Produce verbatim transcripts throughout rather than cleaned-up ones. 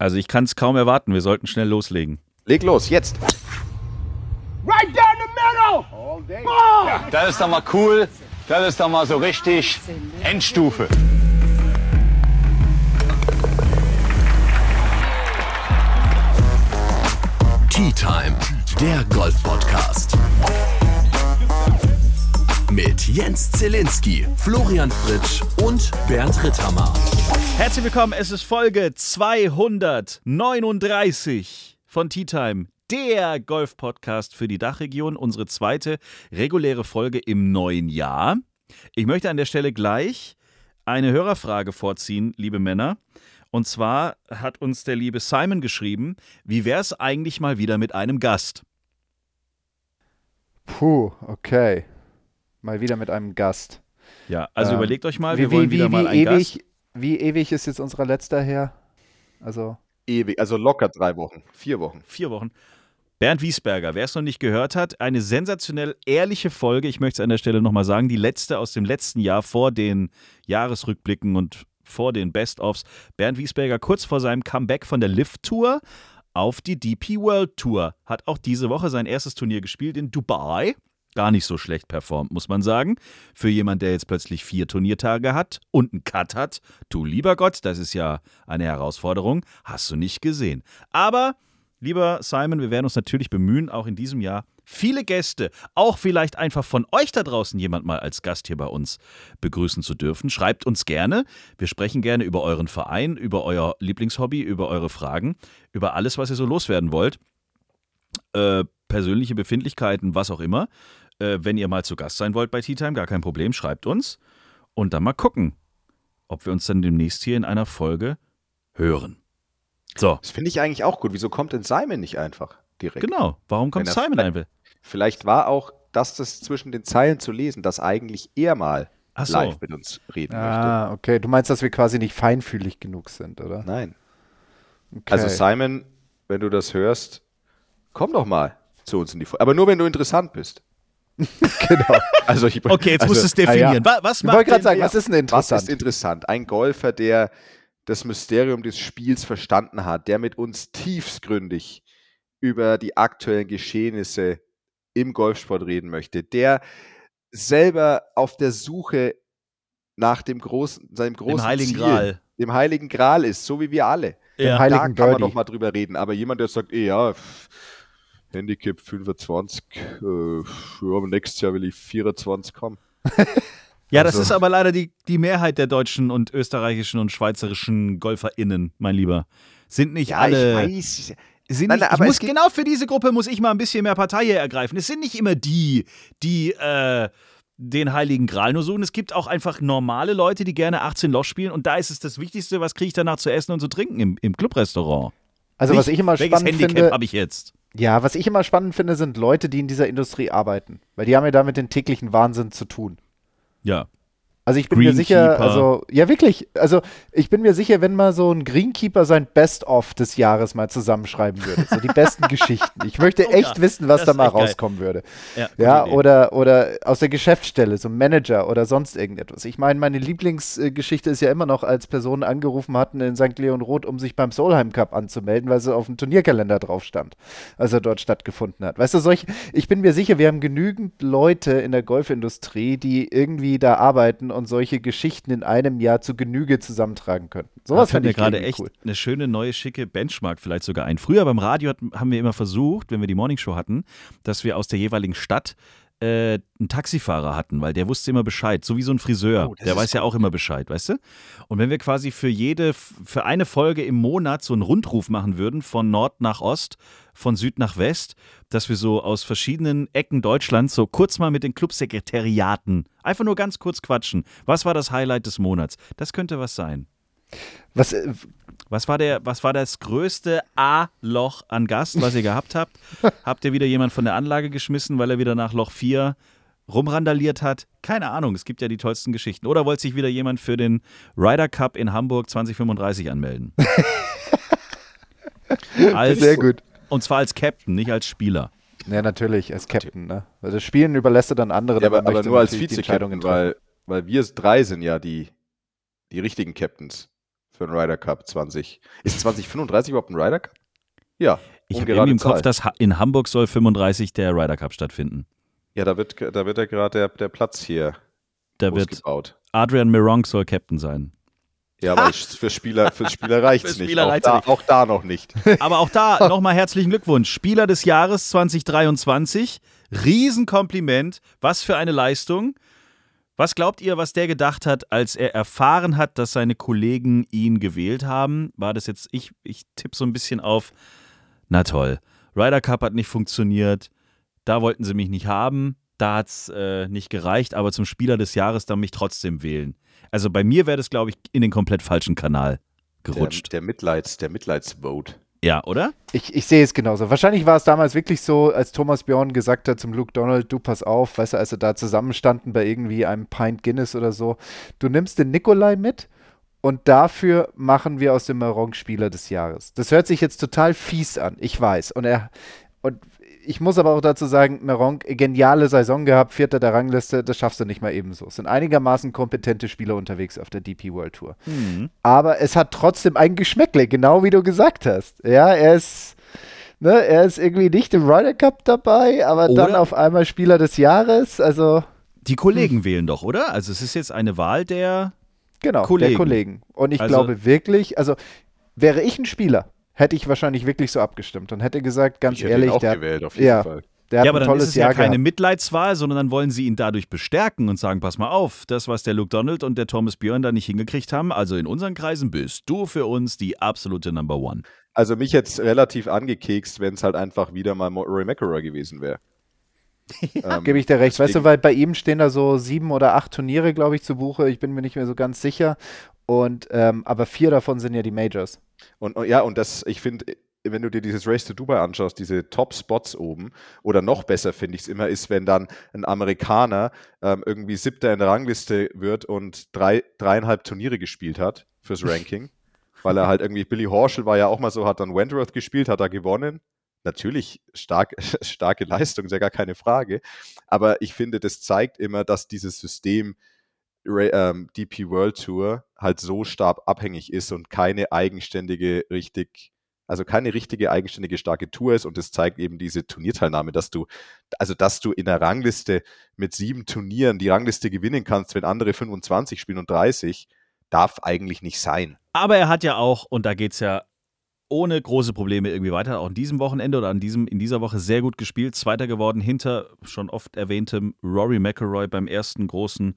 Also ich kann es kaum erwarten, wir sollten schnell loslegen. Leg los, jetzt! Right down the middle! All day. Ja, das ist doch mal cool. Das ist doch mal so richtig Endstufe. Tea Time, der Golf-Podcast. Mit Jens Zielinski, Florian Fritsch und Bernd Ritthammer. Herzlich willkommen, es ist Folge zweihundertneununddreißig von Tea Time, der Golf-Podcast für die Dachregion, unsere zweite reguläre Folge im neuen Jahr. Ich möchte an der Stelle gleich eine Hörerfrage vorziehen, liebe Männer. Und zwar hat uns der liebe Simon geschrieben, wie wäre es eigentlich mal wieder mit einem Gast? Puh, okay. Mal wieder mit einem Gast. Ja, also ähm, überlegt euch mal, wie, wir wollen wie, wieder wie, mal wie einen ewig, Gast. Wie ewig ist jetzt unser letzter her? Also Ewig, also locker drei Wochen, vier Wochen. Vier Wochen. Bernd Wiesberger, wer es noch nicht gehört hat, eine sensationell ehrliche Folge, ich möchte es an der Stelle nochmal sagen, die letzte aus dem letzten Jahr vor den Jahresrückblicken und vor den Best-ofs. Bernd Wiesberger kurz vor seinem Comeback von der Lift-Tour auf die D P World Tour. Hat auch diese Woche sein erstes Turnier gespielt in Dubai. Gar nicht so schlecht performt, muss man sagen. Für jemand, der jetzt plötzlich vier Turniertage hat und einen Cut hat. Du lieber Gott, das ist ja eine Herausforderung. Hast du nicht gesehen. Aber, lieber Simon, wir werden uns natürlich bemühen, auch in diesem Jahr viele Gäste, auch vielleicht einfach von euch da draußen jemand mal als Gast hier bei uns begrüßen zu dürfen. Schreibt uns gerne. Wir sprechen gerne über euren Verein, über euer Lieblingshobby, über eure Fragen, über alles, was ihr so loswerden wollt. Äh, persönliche Befindlichkeiten, was auch immer. Äh, wenn ihr mal zu Gast sein wollt bei Tea Time, gar kein Problem, schreibt uns. Und dann mal gucken, ob wir uns dann demnächst hier in einer Folge hören. So. Das finde ich eigentlich auch gut. Wieso kommt denn Simon nicht einfach direkt? Genau, warum kommt Simon einfach? Vielleicht war auch das, das zwischen den Zeilen zu lesen, dass eigentlich er mal Ach so. live mit uns reden Ah, möchte. okay. Du meinst, dass wir quasi nicht feinfühlig genug sind, oder? Nein. Okay. Also Simon, wenn du das hörst, komm doch mal zu uns in die Folge. Aber nur, wenn du interessant bist. Genau. Also ich, Okay, jetzt also, musst du es definieren. Ah, ja. Was Ich macht wollte gerade denn, sagen, ja, was ist denn Was interessant? ist interessant? Ein Golfer, der das Mysterium des Spiels verstanden hat, der mit uns tiefstgründig über die aktuellen Geschehnisse im Golfsport reden möchte, der selber auf der Suche nach dem großen, seinem großen dem Heiligen Ziel, Gral. dem Heiligen Gral ist, so wie wir alle. Ja. Heiligen Da kann man Birdie. doch mal drüber reden. Aber jemand, der sagt, eh, ja, pff, Handicap fünfundzwanzig, äh, ja, aber nächstes Jahr will ich vierundzwanzig kommen. Ja, das Also- ist aber leider die, die Mehrheit der deutschen und österreichischen und schweizerischen GolferInnen, mein Lieber. Sind nicht alle. ich weiß. Sind Nein, nicht, nein, aber ich muss es geht- genau für diese Gruppe muss ich mal ein bisschen mehr Partei hier ergreifen. Es sind nicht immer die, die äh, den Heiligen Gral nur suchen. Es gibt auch einfach normale Leute, die gerne achtzehn Loch spielen. Und da ist es das Wichtigste, was kriege ich danach zu essen und zu trinken im, im Clubrestaurant. Also, Nicht, was ich immer welches spannend Handicap finde, habe ich jetzt? ja, was ich immer spannend finde, sind Leute, die in dieser Industrie arbeiten. Weil die haben ja damit den täglichen Wahnsinn zu tun. Ja. Also ich bin mir sicher, Greenkeeper. also, ja wirklich, also ich bin mir sicher, wenn mal so ein Greenkeeper sein Best-of des Jahres mal zusammenschreiben würde, so die besten Geschichten. Ich möchte Oh echt ja, wissen, was das da ist mal echt geil. rauskommen würde. Ja, gute Ja, Idee. oder, oder aus der Geschäftsstelle, so ein Manager oder sonst irgendetwas. Ich meine, meine Lieblingsgeschichte ist ja immer noch, als Personen angerufen hatten in Sankt Leon Roth, um sich beim Solheim Cup anzumelden, weil sie auf dem Turnierkalender drauf stand, als er dort stattgefunden hat. Weißt du, solche, ich bin mir sicher, wir haben genügend Leute in der Golfindustrie, die irgendwie da arbeiten und solche Geschichten in einem Jahr zu Genüge zusammentragen könnten. Sowas fällt finde mir ich gerade irgendwie echt cool. eine schöne, neue, schicke Benchmark vielleicht sogar ein. Früher beim Radio hatten, haben wir immer versucht, wenn wir die Morningshow hatten, dass wir aus der jeweiligen Stadt äh, einen Taxifahrer hatten, weil der wusste immer Bescheid, so wie so ein Friseur. Oh, das der ist weiß ja auch immer Bescheid, weißt du? Und wenn wir quasi für jede, für eine Folge im Monat so einen Rundruf machen würden, von Nord nach Ost, von Süd nach West, dass wir so aus verschiedenen Ecken Deutschlands so kurz mal mit den Clubsekretariaten einfach nur ganz kurz quatschen. Was war das Highlight des Monats? Das könnte was sein. Was, äh, Was war, der, was war das größte A-Loch an Gast, was ihr gehabt habt? Habt ihr wieder jemand von der Anlage geschmissen, weil er wieder nach Loch vier rumrandaliert hat? Keine Ahnung, es gibt ja die tollsten Geschichten. Oder wollte sich wieder jemand für den Ryder Cup in Hamburg zwanzig fünfunddreißig anmelden? Als, sehr gut. Und zwar als Captain, nicht als Spieler. Ja, natürlich, als Captain. Ne? Weil das Spielen überlässt er dann anderen. Ja, aber, man aber möchte nur als natürlich die Entscheidungen Vize-Captain, treffen. weil, weil wir drei sind ja die, die richtigen Captains. für den Ryder Cup zwanzig. Ist zwanzig fünfunddreißig überhaupt ein Ryder Cup? Ja. Ich habe irgendwie im Kopf, dass ha- in Hamburg soll fünfunddreißig der Ryder Cup stattfinden. Ja, da wird, da wird ja gerade der, der Platz hier Da wird ausgebaut. Adrian Meronk soll Captain sein. Ja, aber für Spieler, für Spieler reicht es Für nicht. Spieler Auch reicht's da, nicht. auch da noch nicht. Aber auch da nochmal herzlichen Glückwunsch. Spieler des Jahres zwanzig dreiundzwanzig. Riesenkompliment. Was für eine Leistung. Was glaubt ihr, was der gedacht hat, als er erfahren hat, dass seine Kollegen ihn gewählt haben? War das jetzt, ich, ich tippe so ein bisschen auf, na toll, Ryder Cup hat nicht funktioniert, da wollten sie mich nicht haben, da hat es äh, nicht gereicht, aber zum Spieler des Jahres dann mich trotzdem wählen. Also bei mir wäre das, glaube ich, in den komplett falschen Kanal gerutscht. Der, der, Mitleids, der Mitleidsvote. Ja, oder? Ich, ich sehe es genauso. Wahrscheinlich war es damals wirklich so, als Thomas Bjorn gesagt hat zum Luke Donald, du pass auf, weißt du, als sie da zusammenstanden bei irgendwie einem Pint Guinness oder so, du nimmst den Nikolai mit und dafür machen wir aus dem Meronk Spieler des Jahres. Das hört sich jetzt total fies an, ich weiß. Und er und ich muss aber auch dazu sagen, Meronk, geniale Saison gehabt, Vierter der Rangliste, das schaffst du nicht mal ebenso. Es sind einigermaßen kompetente Spieler unterwegs auf der D P World Tour. Mhm. Aber es hat trotzdem ein Geschmäckle, genau wie du gesagt hast. Ja, er ist, ne, er ist irgendwie nicht im Ryder Cup dabei, aber Oder dann auf einmal Spieler des Jahres, also die Kollegen hm. wählen doch, oder? Also es ist jetzt eine Wahl der genau, Kollegen. der Kollegen. Und ich Also- glaube wirklich, also wäre ich ein Spieler, hätte ich wahrscheinlich wirklich so abgestimmt und hätte gesagt, ganz Ich hätte ihn ehrlich, auch der, gewählt, auf jeden ja, Fall. der hat Ja, aber ein dann tolles ist es ja Jahr keine gehabt. Mitleidswahl, sondern dann wollen sie ihn dadurch bestärken und sagen, pass mal auf, das, was der Luke Donald und der Thomas Bjorn da nicht hingekriegt haben, also in unseren Kreisen bist du für uns die absolute Number One. Also mich jetzt relativ angekekst, wenn es halt einfach wieder mal Rory McIlroy gewesen wäre. ähm, Gebe ich dir recht. Weißt deswegen- du, weil bei ihm stehen da so sieben oder acht Turniere, glaube ich, zu Buche. Ich bin mir nicht mehr so ganz sicher. Und ähm, aber vier davon sind ja die Majors. Und, und ja, und das, ich finde, wenn du dir dieses Race to Dubai anschaust, diese Top-Spots oben, oder noch besser finde ich es immer, ist, wenn dann ein Amerikaner ähm, irgendwie Siebter in der Rangliste wird und drei, dreieinhalb Turniere gespielt hat fürs Ranking, weil er halt irgendwie, Billy Horschel war ja auch mal so, hat dann Wentworth gespielt, hat er gewonnen. Natürlich stark, starke Leistung, ist ja gar keine Frage. Aber ich finde, das zeigt immer, dass dieses System Ra- ähm, D P World Tour halt so stark abhängig ist und keine eigenständige, richtig, also keine richtige, eigenständige, starke Tour ist. Und das zeigt eben diese Turnierteilnahme, dass du, also dass du in der Rangliste mit sieben Turnieren die Rangliste gewinnen kannst, wenn andere fünfundzwanzig spielen und dreißig, darf eigentlich nicht sein. Aber er hat ja auch, und da geht es ja ohne große Probleme irgendwie weiter, auch an diesem Wochenende oder an diesem, in dieser Woche sehr gut gespielt, Zweiter geworden hinter schon oft erwähntem Rory McIlroy beim ersten großen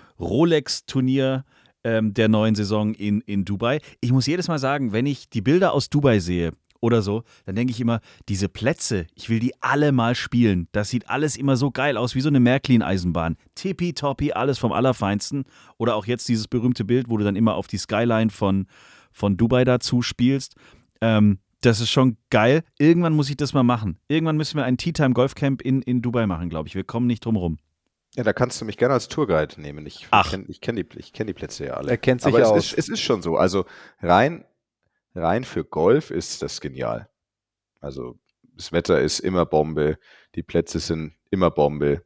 Rolex-Turnier ähm, der neuen Saison in, in Dubai. Ich muss jedes Mal sagen, wenn ich die Bilder aus Dubai sehe oder so, dann denke ich immer, diese Plätze, ich will die alle mal spielen. Das sieht alles immer so geil aus, wie so eine Märklin-Eisenbahn. Tippitoppi, alles vom Allerfeinsten. Oder auch jetzt dieses berühmte Bild, wo du dann immer auf die Skyline von, von Dubai dazu spielst. Ähm, das ist schon geil. Irgendwann muss ich das mal machen. Irgendwann müssen wir ein Tea-Time Golfcamp in, in Dubai machen, glaube ich. Wir kommen nicht drum rum. Ja, da kannst du mich gerne als Tourguide nehmen. Ich Ach. kenne ich kenn die, ich kenn die Plätze ja alle. Er kennt sich Aber es aus. ist, es ist schon so. Also rein, rein für Golf ist das genial. Also das Wetter ist immer Bombe, die Plätze sind immer Bombe.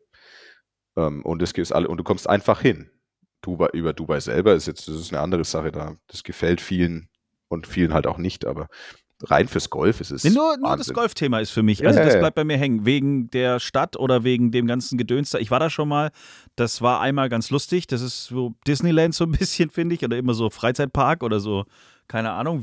Ähm, und es gibt alle, und du kommst einfach hin. Dubai, über Dubai selber ist jetzt, das ist eine andere Sache da. Das gefällt vielen und vielen halt auch nicht, aber rein fürs Golf ist es Nee, nur, nur das Wahnsinn. Golfthema ist für mich. Ja, Also ja, das ja. bleibt bei mir hängen. Wegen der Stadt oder wegen dem ganzen Gedöns da. Ich war da schon mal. Das war einmal ganz lustig. Das ist so Disneyland so ein bisschen, finde ich. Oder immer so Freizeitpark oder so, keine Ahnung.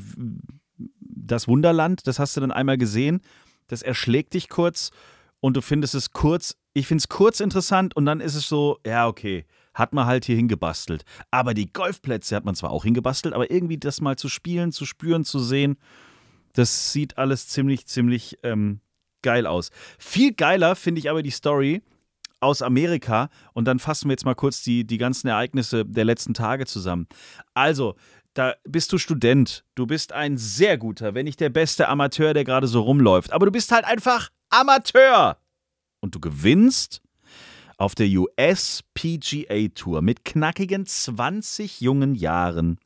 Das Wunderland, das hast du dann einmal gesehen. Das erschlägt dich kurz und du findest es kurz. Ich finde es kurz interessant und dann ist es so, ja, okay, hat man halt hier hingebastelt. Aber die Golfplätze hat man zwar auch hingebastelt, aber irgendwie das mal zu spielen, zu spüren, zu sehen, das sieht alles ziemlich, ziemlich ähm, geil aus. Viel geiler finde ich aber die Story aus Amerika. Und dann fassen wir jetzt mal kurz die, die ganzen Ereignisse der letzten Tage zusammen. Also, da bist du Student. Du bist ein sehr guter, wenn nicht der beste Amateur, der gerade so rumläuft. Aber du bist halt einfach Amateur. Und du gewinnst auf der U S P G A Tour mit knackigen zwanzig jungen Jahren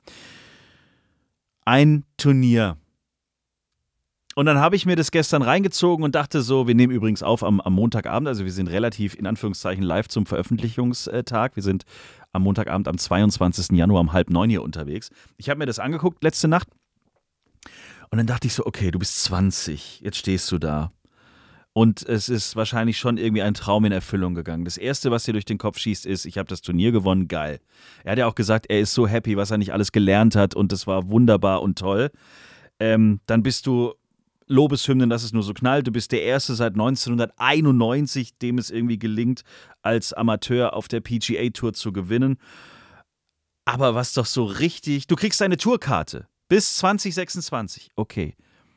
ein Turnier. Und dann habe ich mir das gestern reingezogen und dachte so, wir nehmen übrigens auf am, am Montagabend, also wir sind relativ in Anführungszeichen live zum Veröffentlichungstag. Wir sind am Montagabend, am zweiundzwanzigsten Januar um halb neun hier unterwegs. Ich habe mir das angeguckt letzte Nacht und dann dachte ich so, okay, du bist zwanzig, jetzt stehst du da. Und es ist wahrscheinlich schon irgendwie ein Traum in Erfüllung gegangen. Das Erste, was dir durch den Kopf schießt, ist, ich habe das Turnier gewonnen, geil. Er hat ja auch gesagt, er ist so happy, was er nicht alles gelernt hat und das war wunderbar und toll. Ähm, dann bist du Lobeshymnen, dass es nur so knallt. Du bist der Erste seit neunzehnhunderteinundneunzig, dem es irgendwie gelingt, als Amateur auf der P G A-Tour zu gewinnen. Aber was doch so richtig, du kriegst deine Tourkarte bis zwanzig sechsundzwanzig, okay.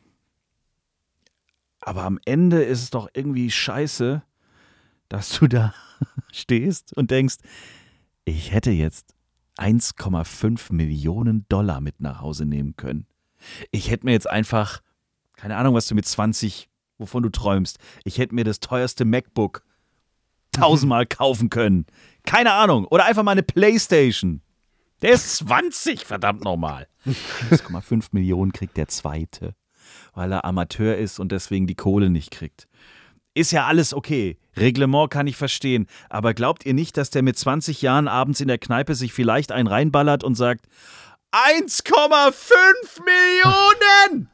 Aber am Ende ist es doch irgendwie scheiße, dass du da stehst und denkst, ich hätte jetzt eins Komma fünf Millionen Dollar mit nach Hause nehmen können. Ich hätte mir jetzt einfach, keine Ahnung, was du mit zwanzig, wovon du träumst, ich hätte mir das teuerste MacBook tausendmal kaufen können. Keine Ahnung. Oder einfach mal eine Playstation. Der ist zwanzig, verdammt nochmal. eins Komma fünf Millionen kriegt der Zweite, weil er Amateur ist und deswegen die Kohle nicht kriegt. Ist ja alles okay. Reglement kann ich verstehen. Aber glaubt ihr nicht, dass der mit zwanzig Jahren abends in der Kneipe sich vielleicht einen reinballert und sagt, eins Komma fünf Millionen!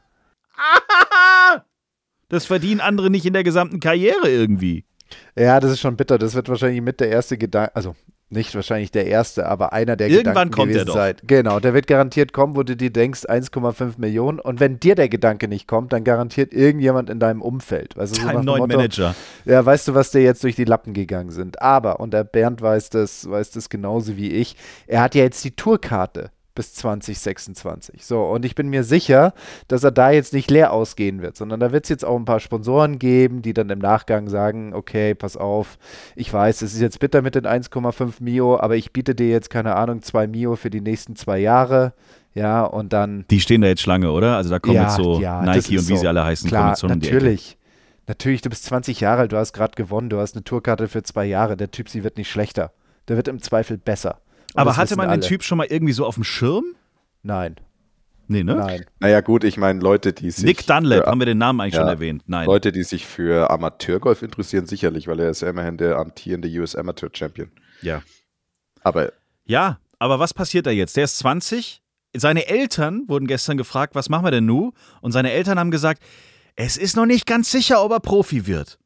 Das verdienen andere nicht in der gesamten Karriere irgendwie. Ja, das ist schon bitter. Das wird wahrscheinlich mit der erste Gedanke, also nicht wahrscheinlich der erste, aber einer der Irgendwann Gedanken kommt gewesen der doch. sein. Genau, der wird garantiert kommen, wo du dir denkst, eins Komma fünf Millionen. Und wenn dir der Gedanke nicht kommt, dann garantiert irgendjemand in deinem Umfeld. Weißt du, so nach Deinem dem neuen Motto, Manager. Ja, weißt du, was dir jetzt durch die Lappen gegangen sind. Aber, und der Bernd weiß das, weiß das genauso wie ich, er hat ja jetzt die Tourkarte bis zwanzig sechsundzwanzig. So, und ich bin mir sicher, dass er da jetzt nicht leer ausgehen wird, sondern da wird es jetzt auch ein paar Sponsoren geben, die dann im Nachgang sagen, okay, pass auf, ich weiß, es ist jetzt bitter mit den eins Komma fünf Mio, aber ich biete dir jetzt, keine Ahnung, zwei Mio für die nächsten zwei Jahre, ja, und dann... Die stehen da jetzt Schlange, oder? Also da kommen ja, jetzt so ja, das Nike ist und wie so. sie alle heißen, Klar, kommen jetzt schon um die Ecke. natürlich. Natürlich, du bist zwanzig Jahre alt, du hast gerade gewonnen, du hast eine Tourkarte für zwei Jahre, der Typ, sie wird nicht schlechter. Der wird im Zweifel besser. Und Aber das hatte wissen man den alle. Typ schon mal irgendwie so auf dem Schirm? Nein, Nee, ne? nein. Naja gut, ich meine, Leute, die sich Nick Dunlap, für, haben wir den Namen eigentlich ja, schon erwähnt? Nein. Leute, die sich für Amateurgolf interessieren, sicherlich, weil er ist ja immerhin der amtierende U S Amateur Champion. Ja. Aber Ja, aber was passiert da jetzt? Der ist zwanzig. Seine Eltern wurden gestern gefragt, was machen wir denn nun? Und seine Eltern haben gesagt, es ist noch nicht ganz sicher, ob er Profi wird.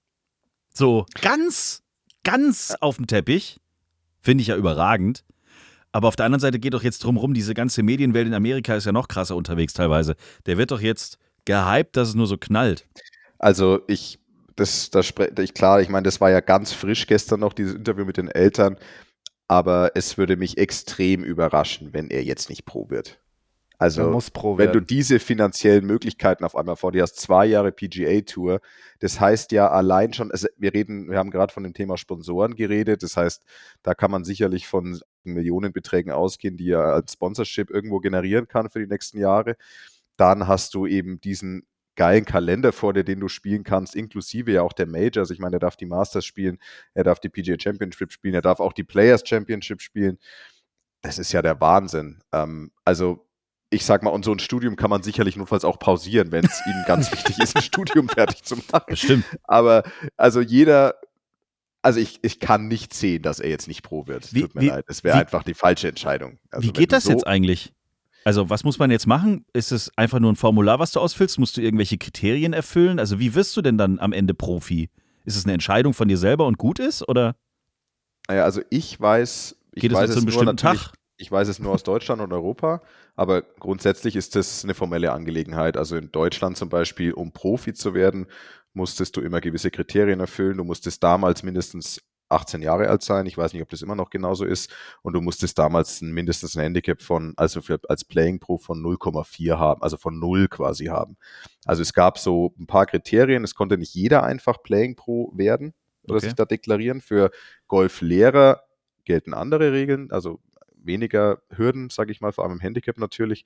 So, ganz, ganz auf dem Teppich. Finde ich ja überragend. Aber auf der anderen Seite geht doch jetzt drum rum, diese ganze Medienwelt in Amerika ist ja noch krasser unterwegs teilweise. Der wird doch jetzt gehypt, dass es nur so knallt. also ich, das, das spre- ich klar, ich meine, das war ja ganz frisch gestern noch, dieses Interview mit den Eltern, aber es würde mich extrem überraschen, wenn er jetzt nicht Pro wird. Also, Er muss Pro wenn du werden. diese finanziellen Möglichkeiten auf einmal vor dir hast, zwei Jahre P G A-Tour, das heißt ja allein schon, also wir reden, wir haben gerade von dem Thema Sponsoren geredet, das heißt, da kann man sicherlich von Millionenbeträgen ausgehen, die er als Sponsorship irgendwo generieren kann für die nächsten Jahre. Dann hast du eben diesen geilen Kalender vor dir, den du spielen kannst, inklusive ja auch der Majors. Ich meine, er darf die Masters spielen, er darf die P G A Championship spielen, er darf auch die Players Championship spielen. Das ist ja der Wahnsinn. Ähm, also ich sag mal, und so ein Studium kann man sicherlich notfalls auch pausieren, wenn es ihnen ganz wichtig ist, ein Studium fertig zu machen. Bestimmt. Aber also jeder, also ich, ich kann nicht sehen, dass er jetzt nicht Pro wird. Wie- Tut mir wie- leid. Das wäre wie- einfach die falsche Entscheidung. Also Wie wenn geht du das so, jetzt eigentlich? Also, was muss man jetzt machen? Ist es einfach nur ein Formular, was du ausfüllst? Musst du irgendwelche Kriterien erfüllen? Also, wie wirst du denn dann am Ende Profi? Ist es eine Entscheidung von dir selber und gut ist? Oder Naja, also ich weiß, ich geht es weiß zu einem nur bestimmten natürlich- Tag? Ich weiß es nur aus Deutschland und Europa, aber grundsätzlich ist das eine formelle Angelegenheit. Also in Deutschland zum Beispiel, um Profi zu werden, musstest du immer gewisse Kriterien erfüllen. Du musstest damals mindestens achtzehn Jahre alt sein. Ich weiß nicht, ob das immer noch genauso ist. Und du musstest damals ein, mindestens ein Handicap von, also für, als Playing Pro von null Komma vier haben, also von null quasi haben. Also es gab so ein paar Kriterien. Es konnte nicht jeder einfach Playing Pro werden oder Okay. sich da deklarieren. Für Golflehrer gelten andere Regeln, also weniger Hürden, sage ich mal, vor allem im Handicap natürlich.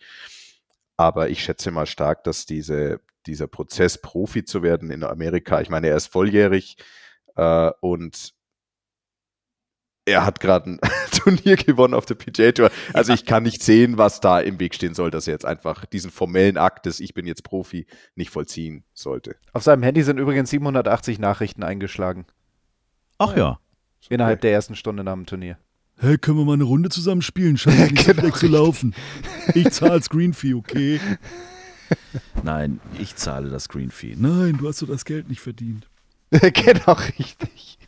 Aber ich schätze mal stark, dass diese, dieser Prozess, Profi zu werden in Amerika, ich meine, er ist volljährig äh, und er hat gerade ein Turnier gewonnen auf der P G A-Tour. Also ich kann nicht sehen, was da im Weg stehen soll, dass er jetzt einfach diesen formellen Akt des Ich bin jetzt Profi nicht vollziehen sollte. Auf seinem Handy sind übrigens siebenhundertachtzig Nachrichten eingeschlagen. Ach ja. Innerhalb der ersten Stunde nach dem Turnier. Hey, können wir mal eine Runde zusammen spielen? Scheint ja, nicht so schlecht zu laufen. Ich zahle Screen Fee, okay? Nein, ich zahle das Screen Fee. Nein, du hast doch das Geld nicht verdient. Genau, richtig.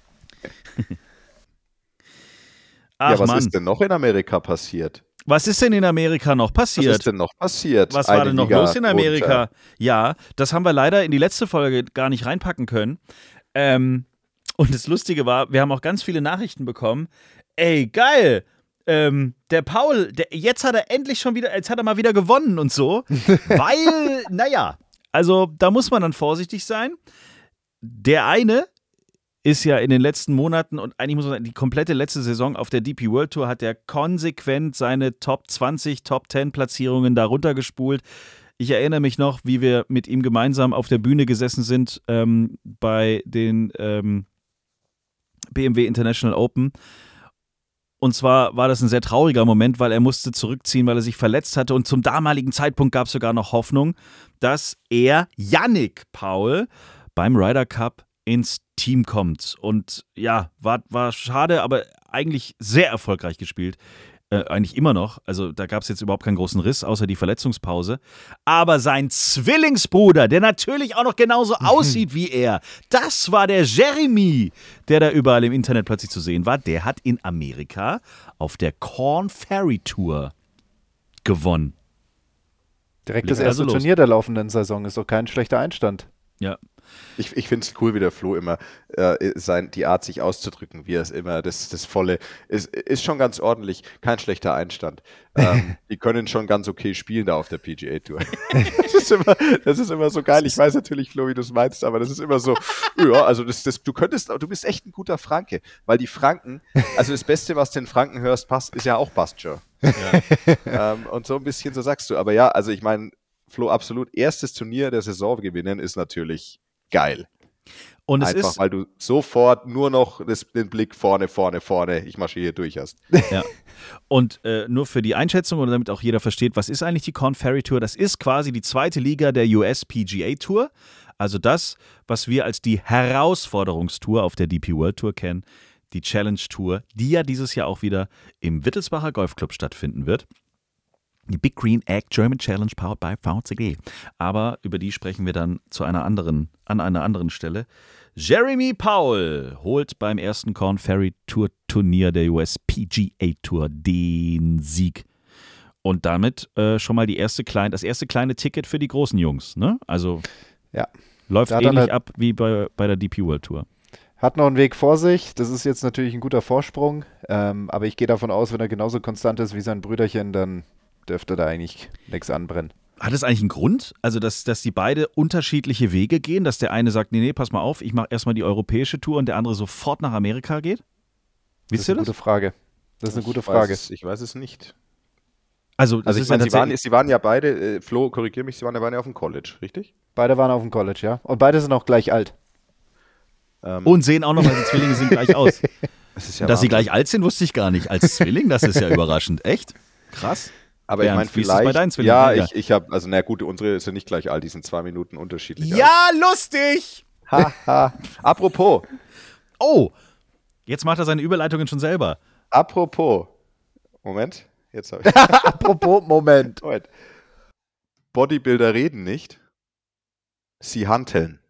Ach, ja, was Mann. ist denn noch in Amerika passiert? Was ist denn in Amerika noch passiert? Was ist denn noch passiert? Was war Eine denn noch Liga los in Amerika? runter. Ja, das haben wir leider in die letzte Folge gar nicht reinpacken können. Ähm, und das Lustige war, wir haben auch ganz viele Nachrichten bekommen. Ey, geil! Ähm, der Paul, der, jetzt hat er endlich schon wieder, jetzt hat er mal wieder gewonnen und so. Weil, naja, also da muss man dann vorsichtig sein. Der eine ist ja in den letzten Monaten und eigentlich muss man sagen, die komplette letzte Saison auf der D P World Tour hat er konsequent seine Top zwanzig, Top zehn Platzierungen da runtergespult. Ich erinnere mich noch, wie wir mit ihm gemeinsam auf der Bühne gesessen sind ähm, bei den ähm, B M W International Open. Und zwar war das ein sehr trauriger Moment, weil er musste zurückziehen, weil er sich verletzt hatte. Und zum damaligen Zeitpunkt gab es sogar noch Hoffnung, dass er, Yannick Paul, beim Ryder Cup ins Team kommt. Und ja, war, war schade, aber eigentlich sehr erfolgreich gespielt. Äh, eigentlich immer noch. Also da gab es jetzt überhaupt keinen großen Riss, außer die Verletzungspause. Aber sein Zwillingsbruder, der natürlich auch noch genauso aussieht wie er, das war der Jeremy, der da überall im Internet plötzlich zu sehen war. Der hat in Amerika auf der Corn Ferry Tour gewonnen. Direkt das Legt erste also los. Turnier der laufenden Saison ist doch kein schlechter Einstand. Ja. Ich, ich finde es cool, wie der Flo immer äh, sein, die Art, sich auszudrücken, wie er es immer, das, das Volle, ist, ist schon ganz ordentlich, kein schlechter Einstand. Ähm, die können schon ganz okay spielen da auf der P G A Tour. Das ist immer, das ist immer so geil. Ich weiß natürlich, Flo, wie du es meinst, aber das ist immer so, ja, also das, das, du könntest, du bist echt ein guter Franke, weil die Franken, also das Beste, was den Franken hörst, passt, ist ja auch Pasture. Ja. ähm, und so ein bisschen, so sagst du. Aber ja, also ich meine, Flo, absolut, erstes Turnier der Saison gewinnen ist natürlich geil. Und es Einfach, ist, weil du sofort nur noch das, den Blick vorne, vorne, vorne, ich marschiere hier durch hast. ja. Und äh, nur für die Einschätzung oder damit auch jeder versteht, was ist eigentlich die Corn Ferry Tour? Das ist quasi die zweite Liga der U S P G A Tour. Also das, was wir als die Herausforderungstour auf der D P World Tour kennen, die Challenge Tour, die ja dieses Jahr auch wieder im Wittelsbacher Golfclub stattfinden wird. Die Big Green Egg German Challenge powered by V C G. Aber über die sprechen wir dann zu einer anderen, an einer anderen Stelle. Jeremy Paul holt beim ersten Corn Ferry Tour Turnier der U S P G A Tour den Sieg. Und damit äh, schon mal die erste klein, das erste kleine Ticket für die großen Jungs. Ne? Also Ja. läuft Da hat er ähnlich eine- ab wie bei, bei der D P World Tour. Hat noch einen Weg vor sich. Das ist jetzt natürlich ein guter Vorsprung. Ähm, aber ich gehe davon aus, wenn er genauso konstant ist wie sein Brüderchen, dann dürfte da eigentlich nichts anbrennen. Hat es eigentlich einen Grund? Also, dass, dass die beide unterschiedliche Wege gehen? Dass der eine sagt, nee, nee, pass mal auf, ich mache erstmal die europäische Tour und der andere sofort nach Amerika geht? Das Wisst ist ihr eine das? gute Frage. Das ist eine gute Ich Frage. Weiß es, ich weiß es nicht. Also, das Also ich ist meine, ja sie, waren, tatsächlich- sie waren ja beide, äh, Flo, korrigier mich, sie waren ja beide auf dem College, richtig? Beide waren auf dem College, ja. Und beide sind auch gleich alt. Ähm, Und sehen auch noch, weil sie Zwillinge sind, gleich aus. das ist ja Dass sie Wahnsinn. gleich alt sind, wusste ich gar nicht. Als Zwilling, das ist ja überraschend. Echt? Krass. Aber Bernd, ich meine, wie ist das bei vielleicht, deinen Zwillingen? ja, Ja. ich, ich habe, also na gut, unsere sind nicht gleich alt, die sind zwei Minuten unterschiedlich alt. Ja, lustig! Haha. Apropos, Oh, jetzt macht er seine Überleitungen schon selber. apropos, Moment, jetzt habe ich, Apropos, Moment. Moment. Bodybuilder reden nicht, sie hanteln.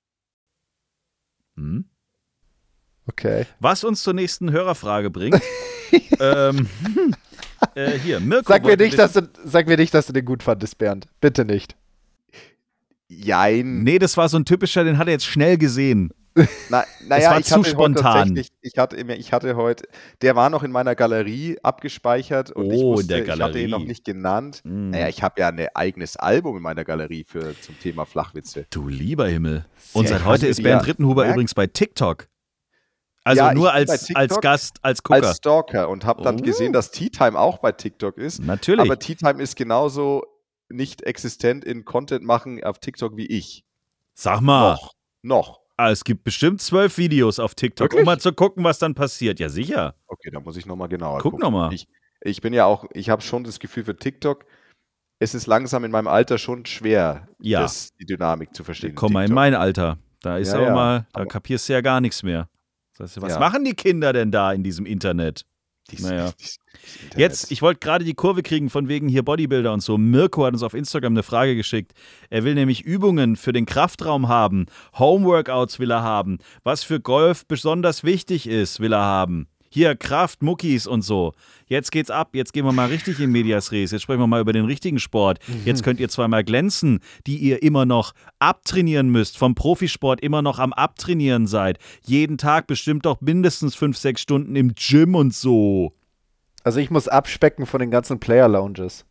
Hm? Okay. Was uns zur nächsten Hörerfrage bringt. ähm, äh, hier, Mirko. Sag mir, wollte nicht, dass du, sag mir nicht, dass du den gut fandest, Bernd. Bitte nicht. Jein. Nee, das war so ein typischer, den hat er jetzt schnell gesehen. Na, naja, war ich zu hatte spontan. Heute tatsächlich- ich hatte, immer- ich hatte heute, der war noch in meiner Galerie abgespeichert und ich, Oh, in wusste, der ich hatte ihn noch Galerie. nicht genannt. Mm. Naja, ich habe ja ein eigenes Album in meiner Galerie für, zum Thema Flachwitze. Du lieber Himmel. Und Sehr seit heute krass. ist Bernd Ja, Rittenhuber merkt- übrigens bei TikTok. Also Ja, ich nur bin bei als, TikTok als Gast, als Gucker. Als Stalker und habe dann Oh. gesehen, dass Tea Time auch bei TikTok ist. Natürlich. Aber Tea Time ist genauso nicht existent in Content machen auf TikTok wie ich. Sag mal, Noch. Noch. ah, es gibt bestimmt zwölf Videos auf TikTok, Wirklich? um mal zu gucken, was dann passiert. Ja, sicher. Okay, da muss ich nochmal genauer Guck gucken. noch mal. Ich, ich bin ja auch, ich habe schon das Gefühl für TikTok, es ist langsam in meinem Alter schon schwer, Ja. das, die Dynamik zu verstehen. Komm mal in TikTok. mein Alter. Da ist Ja, aber ja. mal, da Aber- kapierst du ja gar nichts mehr. Das heißt, was Ja. machen die Kinder denn da in diesem Internet? Dies, Naja. dies, dies Internet. Jetzt, ich wollte gerade die Kurve kriegen von wegen hier Bodybuilder und so. Mirko hat uns auf Instagram eine Frage geschickt. Er will nämlich Übungen für den Kraftraum haben. Homeworkouts will er haben. Was für Golf besonders wichtig ist, will er haben. Hier, Kraft, Muckis und so. Jetzt geht's ab. Jetzt gehen wir mal richtig in Medias Res. Jetzt sprechen wir mal über den richtigen Sport. Jetzt könnt ihr zweimal glänzen, die ihr immer noch abtrainieren müsst, vom Profisport immer noch am Abtrainieren seid. Jeden Tag bestimmt doch mindestens fünf, sechs Stunden im Gym und so. Also ich muss abspecken von den ganzen Player-Lounges.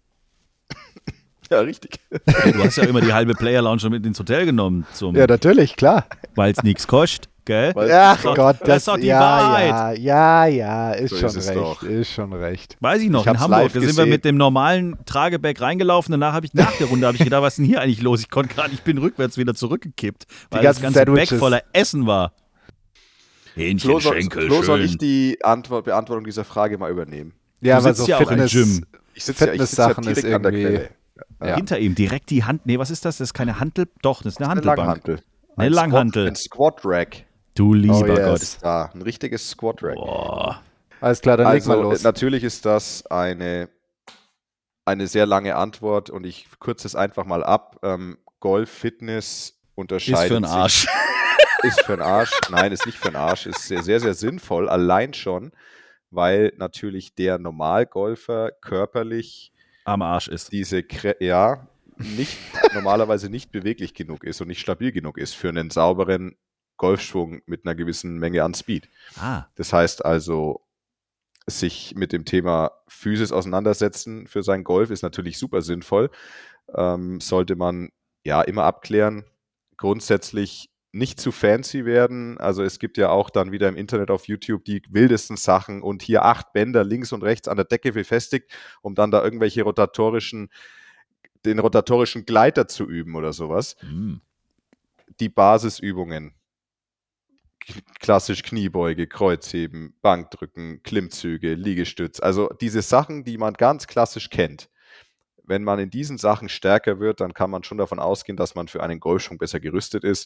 Ja, richtig. Du hast ja immer die halbe Player Lounge mit ins Hotel genommen, zum, Ja, natürlich, klar. weil es nichts kostet, gell? Weil- Ach doch- Gott, das das, ist doch die ja, Wahrheit. Ja, ja, ja, ist So schon ist es recht, doch. ist schon recht. Weiß ich noch, Ich in hab's Hamburg, live da sind wir gesehen. mit dem normalen Trageback reingelaufen, danach habe ich nach der Runde habe ich gedacht, was ist denn hier eigentlich los? Ich konnte gerade, ich bin rückwärts wieder zurückgekippt, weil das ganzen ganze Back Sandwiches. voller Essen war. Hähnchen, Flo soll, Schenkel, Flo soll schön. ich die Antwort, Beantwortung dieser Frage mal übernehmen. Ja, Du aber sitzt so ja auch im Fitness, Gym. Ich sitze ja, ich sitz ja Fitness-Sachen ist direkt an der irgendwie- Quelle. Ja. Hinter ihm direkt die Hand, nee, was ist das? Das ist keine Hantel, doch, das ist eine Eine Hantelbank. Langhantel. Eine Ein Langhantel. Squat, ein Squat-Rack Du lieber Oh, yes. Gott. ist da. Ein richtiges Squat-Rack. Boah. Alles klar, dann leg mal Also los. natürlich ist das eine, eine sehr lange Antwort und ich kürze es einfach mal ab. Ähm, Golf, Fitness unterscheidet Ist für einen sich- Arsch. Ist für einen Arsch. Nein, ist nicht für einen Arsch. Ist sehr, sehr, sehr sinnvoll. Allein schon, weil natürlich der Normalgolfer körperlich Am Arsch ist. diese, Krä- ja, nicht, normalerweise nicht beweglich genug ist und nicht stabil genug ist für einen sauberen Golfschwung mit einer gewissen Menge an Speed. Ah, Das heißt also, sich mit dem Thema Physis auseinandersetzen für sein Golf ist natürlich super sinnvoll. Ähm, sollte man ja immer abklären. Grundsätzlich nicht zu fancy werden. Also es gibt ja auch dann wieder im Internet auf YouTube die wildesten Sachen und hier acht Bänder links und rechts an der Decke befestigt, um dann da irgendwelche rotatorischen, den rotatorischen Gleiter zu üben oder sowas. hm. Die Basisübungen. K- Klassisch Kniebeuge, Kreuzheben, Bankdrücken, Klimmzüge, Liegestütz. Also diese Sachen, die man ganz klassisch kennt. Wenn man in diesen Sachen stärker wird, dann kann man schon davon ausgehen, dass man für einen Golfschwung besser gerüstet ist.